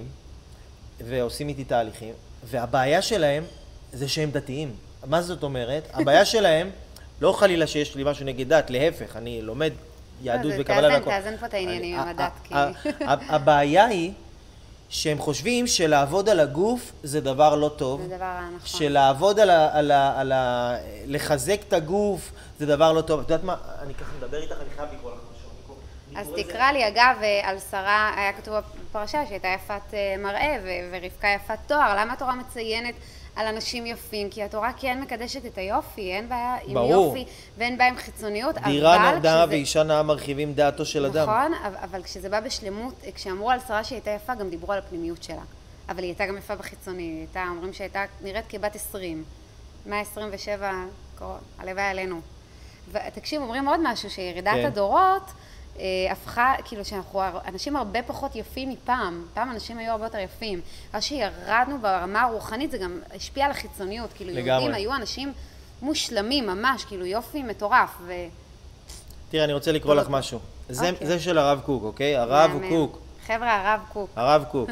ועושים איתי תהליכים, והבעיה שלהם זה שהם דתיים. מה זאת אומרת? הבעיה שלהם, לא חלילה שיש לי משהו נגד דת, להפך, אני לומד יהדות וקבלה והכל. תאזן, תאזן פה את העניינים עם הדת, כי... הבעיה היא שהם חושבים שלעבוד על הגוף זה דבר לא טוב. זה דבר נכון. שלעבוד על ה... על ה... על ה... לחזק את הגוף זה דבר לא טוב. את יודעת מה? אני ככה מדבר איתך, אני חייב לקרוא לך משהו. אז תקרא לי, אגב, על שרה, היה כתוב בפרשה שהייתה יפת מראה ורבקה יפת תואר. למה התורה מציינת על אנשים יפים? כי התורה כן מקדשת את היופי, אין בעיה עם יופי ואין בעיה עם חיצוניות. דירה נאה ואישה נאה מרחיבים דעתו של אדם. נכון, אבל כשזה בא בשלמות, כשאמרו על שרה שהיא הייתה יפה, גם דיברו על הפנימיות שלה. אבל היא הייתה גם יפה בחיצוני, היא הייתה, אומרים שהייתה נראית כבת עשרים, מאה עשרים ושבע, הלוואי עלינו. ותקשיב, אומרים עוד משהו, שירידת הדורות הפכה, כאילו שאנחנו אנשים הרבה פחות יפים מפעם, פעם אנשים היו הרבה יותר יפים. אז שירדנו ברמה הרוחנית, זה גם השפיע על החיצוניות, כאילו יהודים היו אנשים מושלמים ממש, כאילו יופי מטורף. ו... תראה, אני רוצה לקרוא לך משהו. זה, זה של הרב קוק, אוקיי? הרב קוק. חבר'ה, הרב קוק. הרב קוק.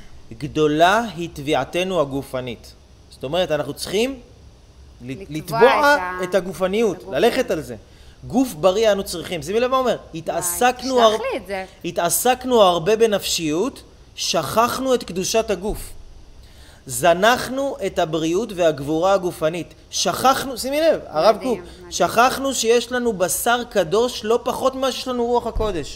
גדולה היא תביעתנו הגופנית. זאת אומרת, אנחנו צריכים לתבוע את הגופניות, ללכת על זה. גוף בריא אנו צריכים. שימי לב מה אומר? התעסקנו, הר... התעסקנו הרבה בנפשיות, שכחנו את קדושת הגוף. זנחנו את הבריאות והגבורה הגופנית. שכחנו, שימי לב, הרב קוק, שכחנו שיש לנו בשר קדוש לא פחות ממה שיש לנו רוח הקודש.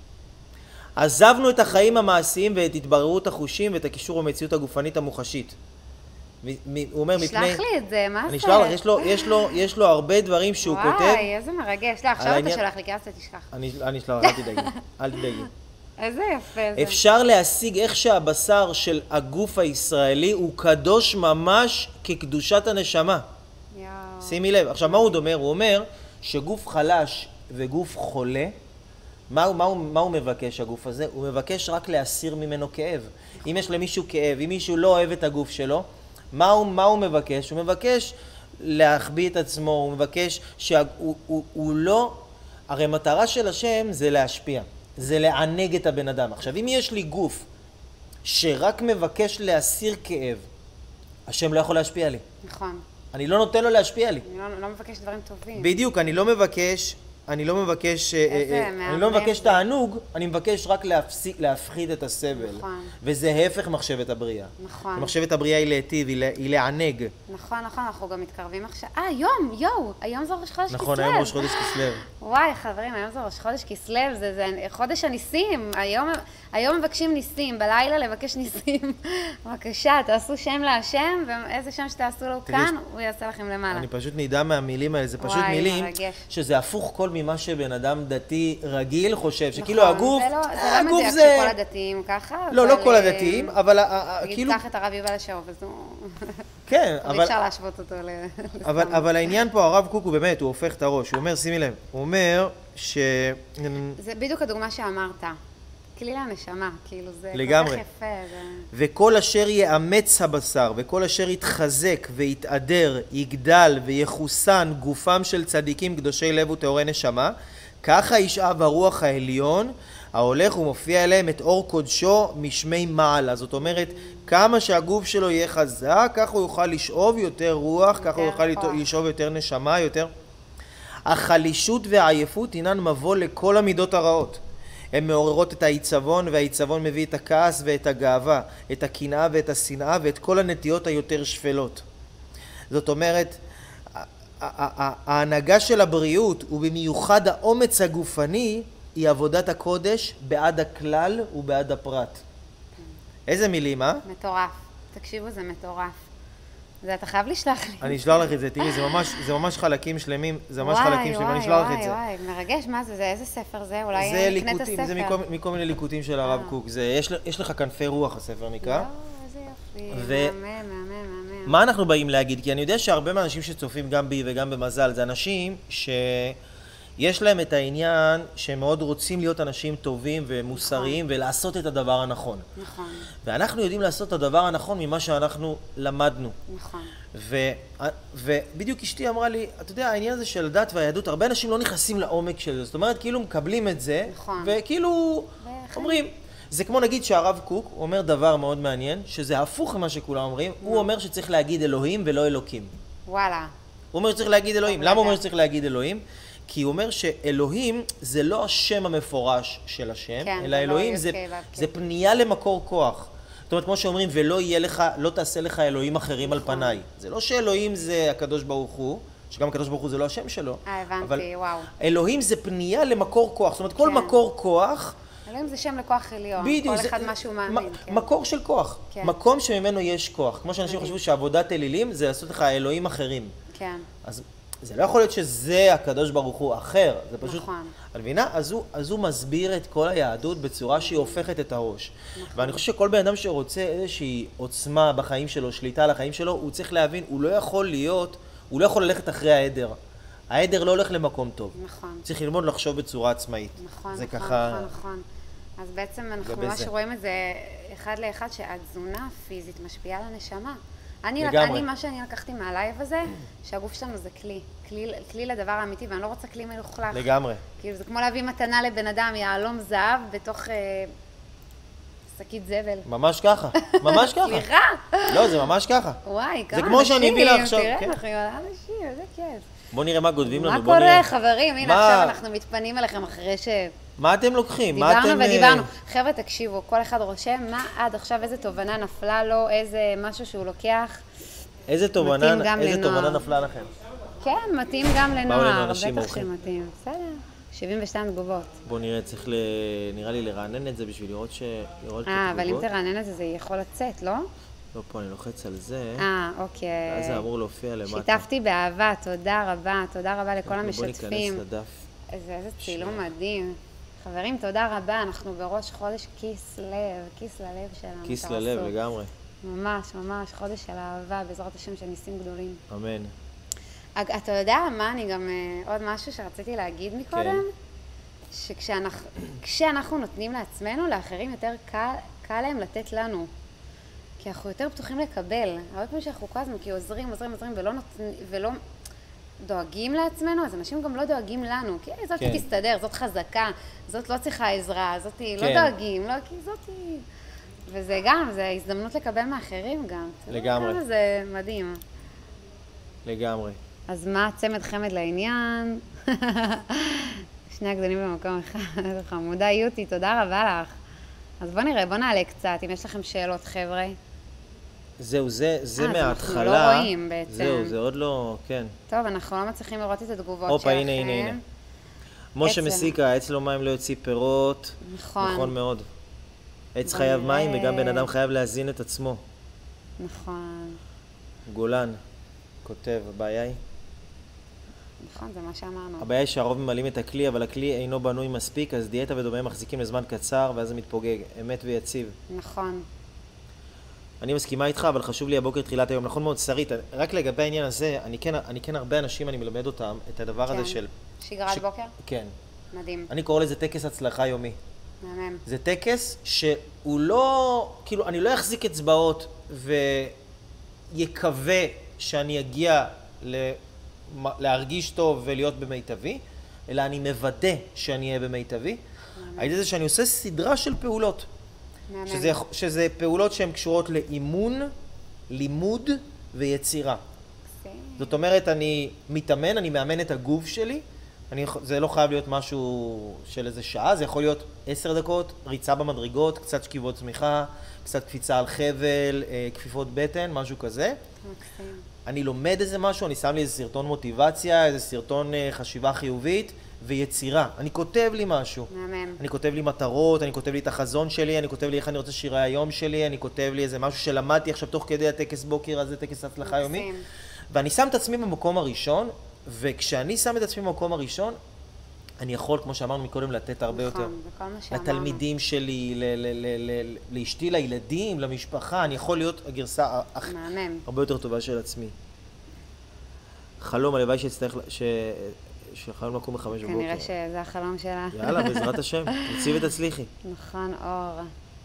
עזבנו את החיים המעשיים ואת התבררות החושים ואת הקישור המציאות הגופנית המוחשית. הוא אומר מפני... תשלח לי את זה, מה זה? אני אשלח לך, יש לו, יש לו, יש לו הרבה דברים שהוא וואי, כותב. וואי, איזה מרגש. לא, עכשיו אתה שלח לי, כי אז אתה תשכח. אני, אני אשלח, אל תדאגי, אל תדאגי. איזה יפה זה. אפשר להשיג איך שהבשר של הגוף הישראלי הוא קדוש ממש כקדושת הנשמה. יאו. שימי לב, עכשיו מה הוא אומר? הוא אומר שגוף חלש וגוף חולה, מה, מה, מה הוא מבקש הגוף הזה? הוא מבקש רק להסיר ממנו כאב. אם יש למישהו כאב, אם מישהו לא אוהב את הגוף שלו, מה הוא, מה הוא מבקש? הוא מבקש להחביא את עצמו, הוא מבקש שהוא הוא, הוא לא... הרי מטרה של השם זה להשפיע, זה לענג את הבן אדם. עכשיו, אם יש לי גוף שרק מבקש להסיר כאב, השם לא יכול להשפיע לי. נכון. אני לא נותן לו להשפיע לי. אני לא, לא מבקש דברים טובים. בדיוק, אני לא מבקש... אני לא מבקש, אני לא מבקש תענוג, אני מבקש רק להפסיק, להפחית את הסבל. נכון. וזה ההפך מחשבת הבריאה. נכון. מחשבת הבריאה היא להיטיב, היא לענג. נכון, נכון, אנחנו גם מתקרבים עכשיו. אה, יום, יואו, היום זה ראש חודש כסלו. נכון, היום ראש חודש כסלו. וואי, חברים, היום זה ראש חודש כסלו, זה, זה חודש הניסים. היום, היום מבקשים ניסים, בלילה לבקש ניסים. בבקשה, תעשו שם להשם, ואיזה שם שתעשו לו כאן, הוא יעשה לכם למעלה. אני פשוט נדע מהמילים האלה, זה פשוט מילים שזה הפוך כל ממה שבן אדם דתי רגיל חושב, שכאילו הגוף, זה לא מדויק שכל הדתיים ככה. לא, לא כל הדתיים, אבל כאילו... נגיד קח את הרב יובל השאוב, אז הוא... כן, אבל... אפשר להשוות אותו ל... אבל העניין פה, הרב קוק הוא באמת, הוא הופך את הראש, הוא אומר, שימי לב, הוא אומר ש... זה בדיוק הדוגמה שאמרת. כלי לנשמה, כאילו זה לגמרי. כל כך יפה. זה... וכל אשר יאמץ הבשר, וכל אשר יתחזק ויתעדר, יגדל ויחוסן גופם של צדיקים קדושי לב וטהורי נשמה, ככה ישאב הרוח העליון, ההולך ומופיע אליהם את אור קודשו משמי מעלה. זאת אומרת, כמה שהגוף שלו יהיה חזק, ככה הוא יוכל לשאוב יותר רוח, ככה הוא יוכל כוח. לשאוב יותר נשמה, יותר... החלישות והעייפות הינן מבוא לכל המידות הרעות. הן מעוררות את העיצבון, והעיצבון מביא את הכעס ואת הגאווה, את הקנאה ואת השנאה ואת כל הנטיות היותר שפלות. זאת אומרת, ההנהגה של הבריאות ובמיוחד האומץ הגופני היא עבודת הקודש בעד הכלל ובעד הפרט. איזה מילים, אה? מטורף. תקשיבו, זה מטורף. זה אתה חייב לשלוח לי. אני אשלח לך את זה, תראי, זה ממש, זה ממש חלקים שלמים, זה ממש חלקים שלמים, אני אשלח לך את זה. וואי, וואי, מרגש, מה זה? זה איזה ספר זה? אולי זה נקנה את ליקוטים, הספר. זה מכל, מכל מיני ליקוטים של הרב קוק. זה, יש, יש לך כנפי רוח, הספר נקרא. וואו, איזה יופי. ו- מהמם, מהמם, מהמם. מה אנחנו באים להגיד? כי אני יודע שהרבה מהאנשים שצופים גם בי וגם במזל, זה אנשים שיש להם את העניין שהם מאוד רוצים להיות אנשים טובים ומוסריים ולעשות את הדבר הנכון. נכון, ואנחנו יודעים לעשות את הדבר הנכון ממה שאנחנו למדנו. נכון. ו, ובדיוק אשתי אמרה לי, אתה יודע, העניין הזה של הדת והיהדות, הרבה אנשים לא נכנסים לעומק של זה. זאת אומרת, כאילו מקבלים את זה, נכון. וכאילו ואיך אומרים, זה כמו נגיד שהרב קוק אומר דבר מאוד מעניין, שזה הפוך ממה שכולם אומרים, הוא אומר שצריך להגיד אלוהים ולא אלוקים. וואלה. הוא אומר שצריך להגיד אלוהים. טוב למה הוא אומר לדעת. שצריך להגיד אלוהים? כי הוא אומר שאלוהים זה לא השם המפורש של השם, כן, אלא זה לא אלוהים י' זה, ק' ו' ק'. זה פנייה למקור כוח. זאת אומרת, כמו שאומרים, ולא יהיה לך, לא תעשה לך אלוהים אחרים על פניי. זה לא שאלוהים זה הקדוש ברוך הוא, שגם הקדוש ברוך הוא זה לא השם שלו. אה, הבנתי, אבל וואו. אלוהים זה פנייה למקור כוח. זאת אומרת, כל כן. מקור כוח, אלוהים זה שם לכוח עליון. בדיוק, כל זה- אחד מה שהוא מאמין. מ- כן. מקור של כוח. כן. מקום שממנו יש כוח. כמו שאנשים מדהים. חשבו שעבודת אלילים זה לעשות לך אלוהים אחרים. כן. אז זה לא יכול להיות שזה הקדוש ברוך הוא אחר, זה פשוט... נכון. את מבינה? אז הוא, אז הוא מסביר את כל היהדות בצורה שהיא הופכת את הראש. ואני חושב שכל בן אדם שרוצה איזושהי עוצמה בחיים שלו, שליטה על החיים שלו, הוא צריך להבין, הוא לא יכול להיות, הוא לא יכול ללכת אחרי העדר. העדר לא הולך למקום טוב. נכון. צריך ללמוד לחשוב בצורה עצמאית. נכון, זה נכון, ככה... נכון, נכון. אז בעצם אנחנו לגבי ממש זה. רואים את זה אחד לאחד, שהתזונה הפיזית משפיעה על הנשמה. אני, לגמרי. אני, מה שאני לקחתי מהלייב הזה, שהגוף שלנו זה כלי, כלי, כלי לדבר האמיתי, ואני לא רוצה כלי מלוכלך. לגמרי. כאילו זה כמו להביא מתנה לבן אדם, יהלום זהב בתוך אה, שקית זבל. ממש ככה, ממש ככה. סליחה! לא, זה ממש ככה. וואי, כמה כמו שאני מביא לה עכשיו, תראה, כן. אנחנו אנשים, איזה כיף. בוא נראה מה גודבים לנו, מה בוא נראה. קורה, חברים? הנה מה? עכשיו אנחנו מתפנים אליכם אחרי ש... מה אתם לוקחים? מה דיברנו אתם... ודיברנו. חבר'ה, תקשיבו, כל אחד רושם מה עד עכשיו, איזה תובנה נפלה לו, איזה משהו שהוא לוקח. איזה תובנה, מתאים גם איזה לנוער. תובנה נפלה לכם? כן, מתאים גם באו לנוער, אלינו אנשים בטח אורחים. שמתאים. בסדר, שבעים ושתיים תגובות. בוא נראה, צריך ל... נראה לי לרענן את זה בשביל לראות ש... לראות את אה, אבל אם התגובות. תרענן את זה, זה יכול לצאת, לא? לא, פה אני לוחץ על זה, אה, אוקיי. ואז זה אמור להופיע למטה. שיתפתי באהבה, תודה רבה, תודה רבה לכל בוא המשתפים. ניכנס לדף. איזה איזה צילום מדהים. חברים, תודה רבה, אנחנו בראש חודש כיס לב, כיס ללב שלנו. כיס תעשו. ללב לגמרי. ממש, ממש, חודש של אהבה, בעזרת השם של ניסים גדולים. אמן. אג- אתה יודע מה, אני גם, אה, עוד משהו שרציתי להגיד מקודם, שכשאנחנו כשאנחנו נותנים לעצמנו, לאחרים יותר קל, קל להם לתת לנו. כי אנחנו יותר פתוחים לקבל. הרבה פעמים שאנחנו כל הזמן, כי עוזרים, עוזרים, עוזרים, ולא, נותנים, ולא דואגים לעצמנו, אז אנשים גם לא דואגים לנו. כי זאת כן. תסתדר, זאת חזקה, זאת לא צריכה עזרה, זאת כן. לא דואגים, לא, כי זאת היא... וזה גם, זה הזדמנות לקבל מאחרים גם. לגמרי. כמה זה מדהים. לגמרי. אז מה צמד חמד לעניין? שני הגדולים במקום אחד, איזה חמודה יוטי, תודה רבה לך. אז בוא נראה, בוא נעלה קצת, אם יש לכם שאלות, חבר'ה. זהו, זה, זה אה, אז אנחנו מההתחלה. לא רואים בעצם. זהו, זה עוד לא, כן. טוב, אנחנו לא מצליחים לראות את התגובות הופה, שלכם. הנה, הנה, הנה. משה עצם. מסיקה, עץ לא מים לא יוציא פירות. נכון. נכון מאוד. עץ בוא חייב נראה. מים וגם בן אדם חייב להזין את עצמו. נכון, גולן כותב, הבעיה היא? נכון, זה מה שאמרנו. הבעיה היא שהרוב ממלאים את הכלי, אבל הכלי אינו בנוי מספיק, אז דיאטה ודומיהם מחזיקים לזמן קצר, ואז זה מתפוגג. אמת ויציב. נכון. אני מסכימה איתך, אבל חשוב לי הבוקר תחילת היום. נכון מאוד, שרית, רק לגבי העניין הזה, אני כן, אני כן הרבה אנשים, אני מלמד אותם את הדבר כן. הזה של... שגרת ש- בוקר? כן. מדהים. אני קורא לזה טקס הצלחה יומי. מהמם. זה טקס שהוא לא, כאילו, אני לא אחזיק אצבעות ויקווה שאני אגיע להרגיש טוב ולהיות במיטבי, אלא אני מוודא שאני אהיה במיטבי. על ידי זה שאני עושה סדרה של פעולות. שזה, שזה פעולות שהן קשורות לאימון, לימוד ויצירה. זאת אומרת, אני מתאמן, אני מאמן את הגוף שלי, אני, זה לא חייב להיות משהו של איזה שעה, זה יכול להיות עשר דקות, ריצה במדרגות, קצת שכיבות צמיחה, קצת קפיצה על חבל, כפיפות בטן, משהו כזה. אני לומד איזה משהו, אני שם לי איזה סרטון מוטיבציה, איזה סרטון חשיבה חיובית ויצירה. אני כותב לי משהו. מאמן. אני כותב לי מטרות, אני כותב לי את החזון שלי, אני כותב לי איך אני רוצה שיראה היום שלי, אני כותב לי איזה משהו שלמדתי עכשיו תוך כדי הטקס בוקר הזה, טקס הצלחה יומי. ואני שם את עצמי במקום הראשון, וכשאני שם את עצמי במקום הראשון, אני יכול, כמו שאמרנו מקודם, לתת הרבה יותר. נכון, בכל מה שאמרנו. לתלמידים שלי, לאשתי, לילדים, למשפחה, אני יכול להיות הגרסה הרבה יותר טובה של עצמי. חלום, הלוואי שיצטרך, שחלום לקום בחמש בבוקר. כנראה שזה החלום שלה. יאללה, בעזרת השם, תציב ותצליחי. נכון, אור.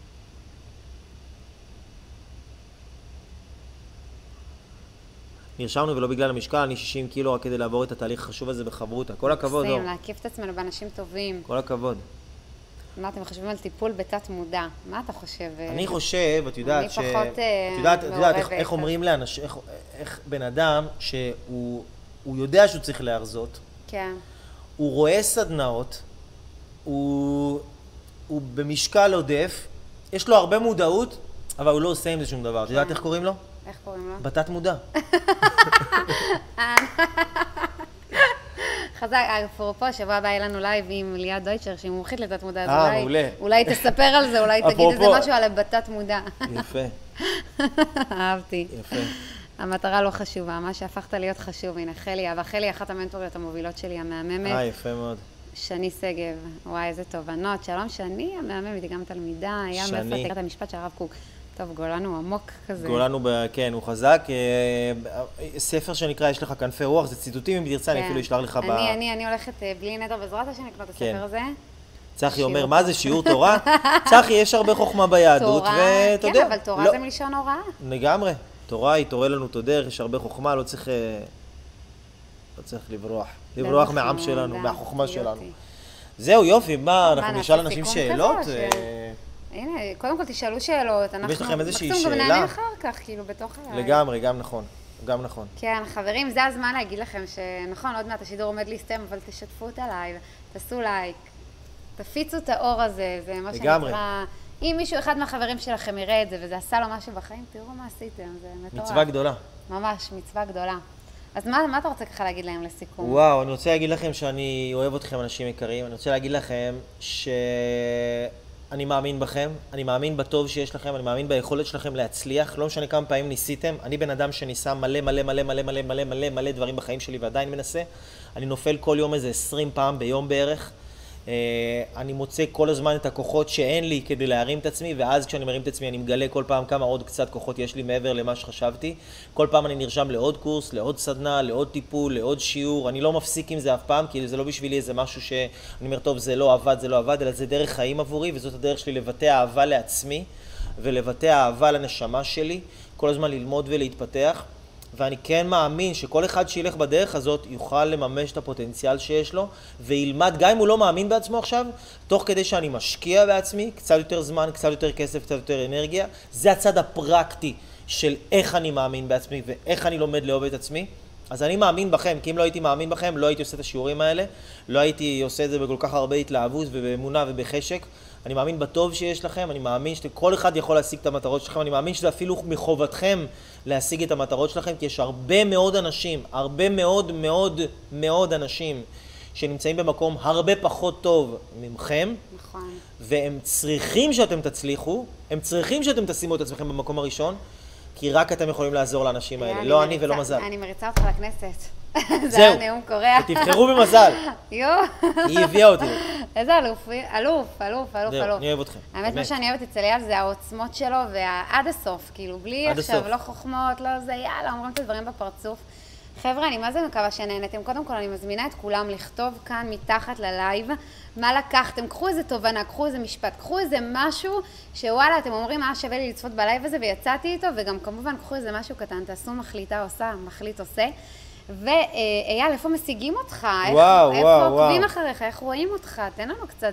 נרשמנו ולא בגלל המשקל, אני שישים קילו רק כדי לעבור את התהליך החשוב הזה בחברותה. כל הכבוד, אור. להקיף את עצמנו באנשים טובים. כל הכבוד. מה אתם חושבים על טיפול בתת מודע? מה אתה חושב? אני חושב, את יודעת ש... אני פחות את יודעת, את יודעת איך אומרים לאנשים, איך בן אדם שהוא יודע שהוא צריך להרזות, כן. הוא רואה סדנאות, הוא במשקל עודף, יש לו הרבה מודעות, אבל הוא לא עושה עם זה שום דבר. את יודעת איך קוראים לו? איך קוראים לו? בתת מודע. חזק, אפרופו, שבוע הבא יהיה לנו לייב עם ליאת דויטשר, שהיא מומחית לתת מודע, אז אולי, אולי תספר על זה, אולי תגיד איזה משהו על הבתת מודע. יפה. אהבתי. יפה. המטרה לא חשובה, מה שהפכת להיות חשוב, הנה חלי, אבל חלי אחת המנטוריות המובילות שלי, המהממת. אה, יפה מאוד. שני סגב, וואי, איזה תובנות. שלום שני, המהממת, היא גם תלמידה, היה מאיפה תקראת המשפט של הרב קוק. טוב, גולן הוא עמוק כזה. גולן הוא, כן, הוא חזק. ספר שנקרא יש לך כנפי רוח, זה ציטוטים, אם תרצה, אני אפילו אשלח לך ב... אני, אני, אני הולכת בלי נדר בעזרת השם לקנות את הספר הזה. צחי אומר, מה זה שיעור תורה? צחי, יש הרבה חוכמה ביהדות, ואתה יודע... כן, אבל תורה זה מלשון הוראה. לגמרי. תורה היא תורה לנו את הדרך, יש הרבה חוכמה, לא צריך... לא צריך לברוח. לברוח מהעם שלנו, מהחוכמה שלנו. זהו, יופי, מה, אנחנו נשאל אנשים שאלות? הנה, קודם כל תשאלו שאלות, אנחנו... יש לכם איזושהי שאלה? מקסימום גם נענה אחר כך, כאילו, בתוך הלייב. לגמרי, גם נכון, גם נכון. כן, חברים, זה הזמן להגיד לכם שנכון, עוד מעט השידור עומד להסתיים, אבל תשתפו את הלייב, תעשו לייק, תפיצו את האור הזה, זה מה שנקרא... אם מישהו אחד מהחברים שלכם יראה את זה, וזה עשה לו משהו בחיים, תראו מה עשיתם, זה מטורף. מצווה גדולה. ממש, מצווה גדולה. אז מה, מה אתה רוצה ככה להגיד להם לסיכום? וואו, אני רוצה להגיד לכם שאני אוהב אתכם, אנשים יקרים. אני רוצה להגיד לכם שאני מאמין בכם, אני מאמין בטוב שיש לכם, אני מאמין ביכולת שלכם להצליח. לא משנה כמה פעמים ניסיתם. אני בן אדם שניסה מלא מלא מלא מלא מלא מלא מלא מלא דברים בחיים שלי ועדיין מנסה. אני נופל כל יום איזה עשרים פעם ביום בערך. אני מוצא כל הזמן את הכוחות שאין לי כדי להרים את עצמי, ואז כשאני מרים את עצמי אני מגלה כל פעם כמה עוד קצת כוחות יש לי מעבר למה שחשבתי. כל פעם אני נרשם לעוד קורס, לעוד סדנה, לעוד טיפול, לעוד שיעור. אני לא מפסיק עם זה אף פעם, כי זה לא בשבילי איזה משהו שאני אומר, טוב, זה לא עבד, זה לא עבד, אלא זה דרך חיים עבורי, וזאת הדרך שלי לבטא אהבה לעצמי, ולבטא אהבה לנשמה שלי, כל הזמן ללמוד ולהתפתח. ואני כן מאמין שכל אחד שילך בדרך הזאת יוכל לממש את הפוטנציאל שיש לו, וילמד, גם אם הוא לא מאמין בעצמו עכשיו, תוך כדי שאני משקיע בעצמי, קצת יותר זמן, קצת יותר כסף, קצת יותר אנרגיה. זה הצד הפרקטי של איך אני מאמין בעצמי ואיך אני לומד לאהוב את עצמי. אז אני מאמין בכם, כי אם לא הייתי מאמין בכם, לא הייתי עושה את השיעורים האלה, לא הייתי עושה את זה בכל כך הרבה התלהבות ובאמונה ובחשק. אני מאמין בטוב שיש לכם, אני מאמין שכל אחד יכול להשיג את המטרות שלכם, אני מאמין שזה אפילו מחובתכם להשיג את המטרות שלכם, כי יש הרבה מאוד אנשים, הרבה מאוד מאוד מאוד אנשים שנמצאים במקום הרבה פחות טוב ממכם, נכון. והם צריכים שאתם תצליחו, הם צריכים שאתם תשימו את עצמכם במקום הראשון, כי רק אתם יכולים לעזור לאנשים האלה, לא אני ולא מזל. אני מריצה אותך לכנסת. זה היה נאום קורע. ותבחרו במזל. יו. היא הביאה אותי. איזה אלוף, אלוף, אלוף, אלוף, אלוף. אני אוהב אתכם. האמת, מה שאני אוהבת אצל אייל זה העוצמות שלו ועד הסוף, כאילו, בלי עכשיו, לא חוכמות, לא זה, יאללה, אומרים את הדברים בפרצוף. חבר'ה, אני מה זה מקווה שנהנתם. קודם כל, אני מזמינה את כולם לכתוב כאן מתחת ללייב מה לקחתם. קחו איזה תובנה, קחו איזה משפט, קחו איזה משהו שוואלה, אתם אומרים מה שווה לי לצפות בלייב הזה ויצאתי איתו, וגם כמובן קחו איזה משהו קטן, תעשו מחליטה עושה, מחליט עושה. ואייל, איפה משיגים אותך? וואו, איפה וואו, עוקבים וואו. אחריך? איך רואים אותך? תן לנו קצת...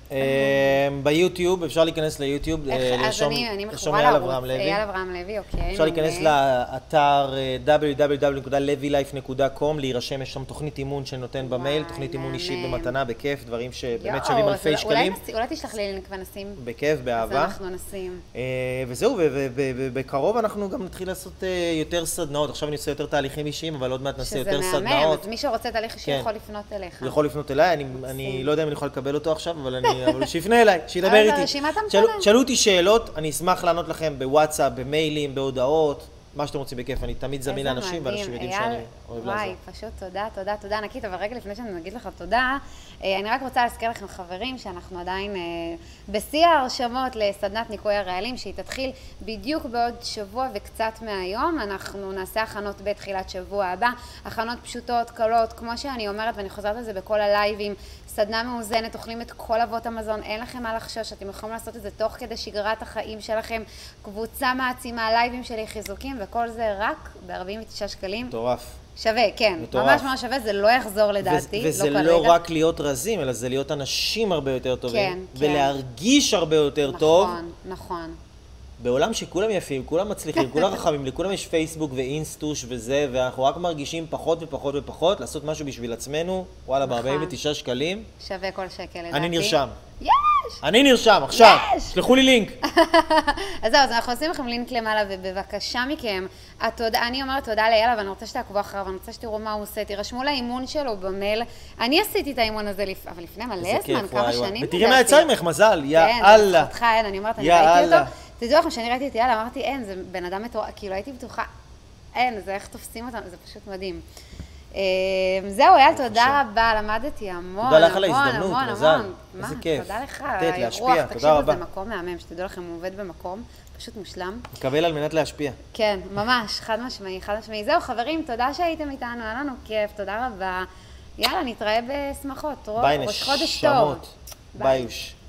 ביוטיוב, אפשר להיכנס ליוטיוב, לרשום אייל אברהם לוי. אייל אברהם לוי, אוקיי. אפשר להיכנס לאתר דאבליו דאבליו דאבליו נקודה לוי לייף נקודה קום, להירשם, יש שם תוכנית אימון שנותן במייל, תוכנית אימון אישית במתנה, בכיף, דברים שבאמת שווים אלפי שקלים. אולי תשלח לי לינק ונשים. בכיף, באהבה. אז אנחנו נשים. וזהו, ובקרוב אנחנו גם נתחיל לעשות יותר סדנאות. עכשיו אני עושה יותר תהליכים אישיים, אבל עוד מעט נעשה יותר סדנאות. שזה מהמם, אז מי שרוצה תהליך אישי יכול לפנות אליך. הוא יכול לפנות אליי, אני לא יודע אם אני יכול לקבל אותו עכשיו, אבל שיפנה אליי, שידבר איתי. שאלו אותי שאלות, אני אשמח לענות לכם בוואטסאפ, במיילים, בהודעות, מה שאתם רוצים בכיף. אני תמיד זמין לאנשים, ואנשים יודעים שאני אוהב לעזור. וואי, פשוט תודה, תודה, תודה ענקית. אבל רגע לפני שאני אגיד לך תודה, אני רק רוצה להזכיר לכם חברים שאנחנו עדיין בשיא ההרשמות לסדנת ניקוי הרעלים, שהיא תתחיל בדיוק בעוד שבוע וקצת מהיום. אנחנו נעשה הכנות בתחילת שבוע הבא, הכנות פשוטות, קלות, כמו שאני אומרת, ואני חוזרת על זה בכל הלייבים, סדנה מאוזנת, אוכלים את כל אבות המזון, אין לכם מה לחשוש, אתם יכולים לעשות את זה תוך כדי שגרת החיים שלכם, קבוצה מעצימה, לייבים שלי, חיזוקים, וכל זה רק ב-ארבעים ותשעה שקלים. מטורף. שווה, כן, מטורף. ממש ממש שווה, זה לא יחזור לדעתי, וזה לא לא כרגע. רק להיות רזים, אלא זה להיות אנשים הרבה יותר טובים, כן, כן. ולהרגיש הרבה יותר טוב. נכון, נכון. בעולם שכולם יפים, כולם מצליחים, כולם רחמים, לכולם יש פייסבוק ואינסטוש וזה, ואנחנו רק מרגישים פחות ופחות ופחות, לעשות משהו בשביל עצמנו, וואלה, ב-ארבעים ותשעה שקלים. שווה כל שקל לדעתי. אני נרשם. יש! אני נרשם, עכשיו. יש! שלחו לי לינק. אז זהו, אז אנחנו עושים לכם לינק למעלה, ובבקשה מכם, התודה, אני אומרת תודה לאייל, אבל אני רוצה שתעקבו אחריו, ואני רוצה שתראו מה הוא עושה, תירשמו לאימון שלו במייל. אני עשיתי את האימון הזה, לפ... אבל לפני מלא זמן, כמה שנים. ותראי מה יצא ממך, מזל, יא כן, אללה. זכותך, אין, אני אומרת, אני ראיתי אותו. תדעו לכם, כשאני ראיתי את אייל, אמרתי, אין, זה בן אדם מטורף, כאילו הייתי בטוחה, אין, זה איך תופסים אותם, זה פשוט מדהים. זהו, אייל, תודה רבה, למדתי המון, תודה לך על המון, ההזדמנות, המון, מזל. המון. איזה כיף. תודה לך, לתת, להשפיע, תודה רבה. זה מקום מהמם, שתדעו לכם, הוא עובד במקום, פשוט מושלם. מקבל על מנת להשפיע. כן, ממש, חד משמעי, חד משמעי. זהו, חברים, תודה שהייתם איתנו, היה לנו כיף, תודה רבה. יאללה, נתראה בשמחות. ביי, ראש חודש טוב. נשמות. ביי.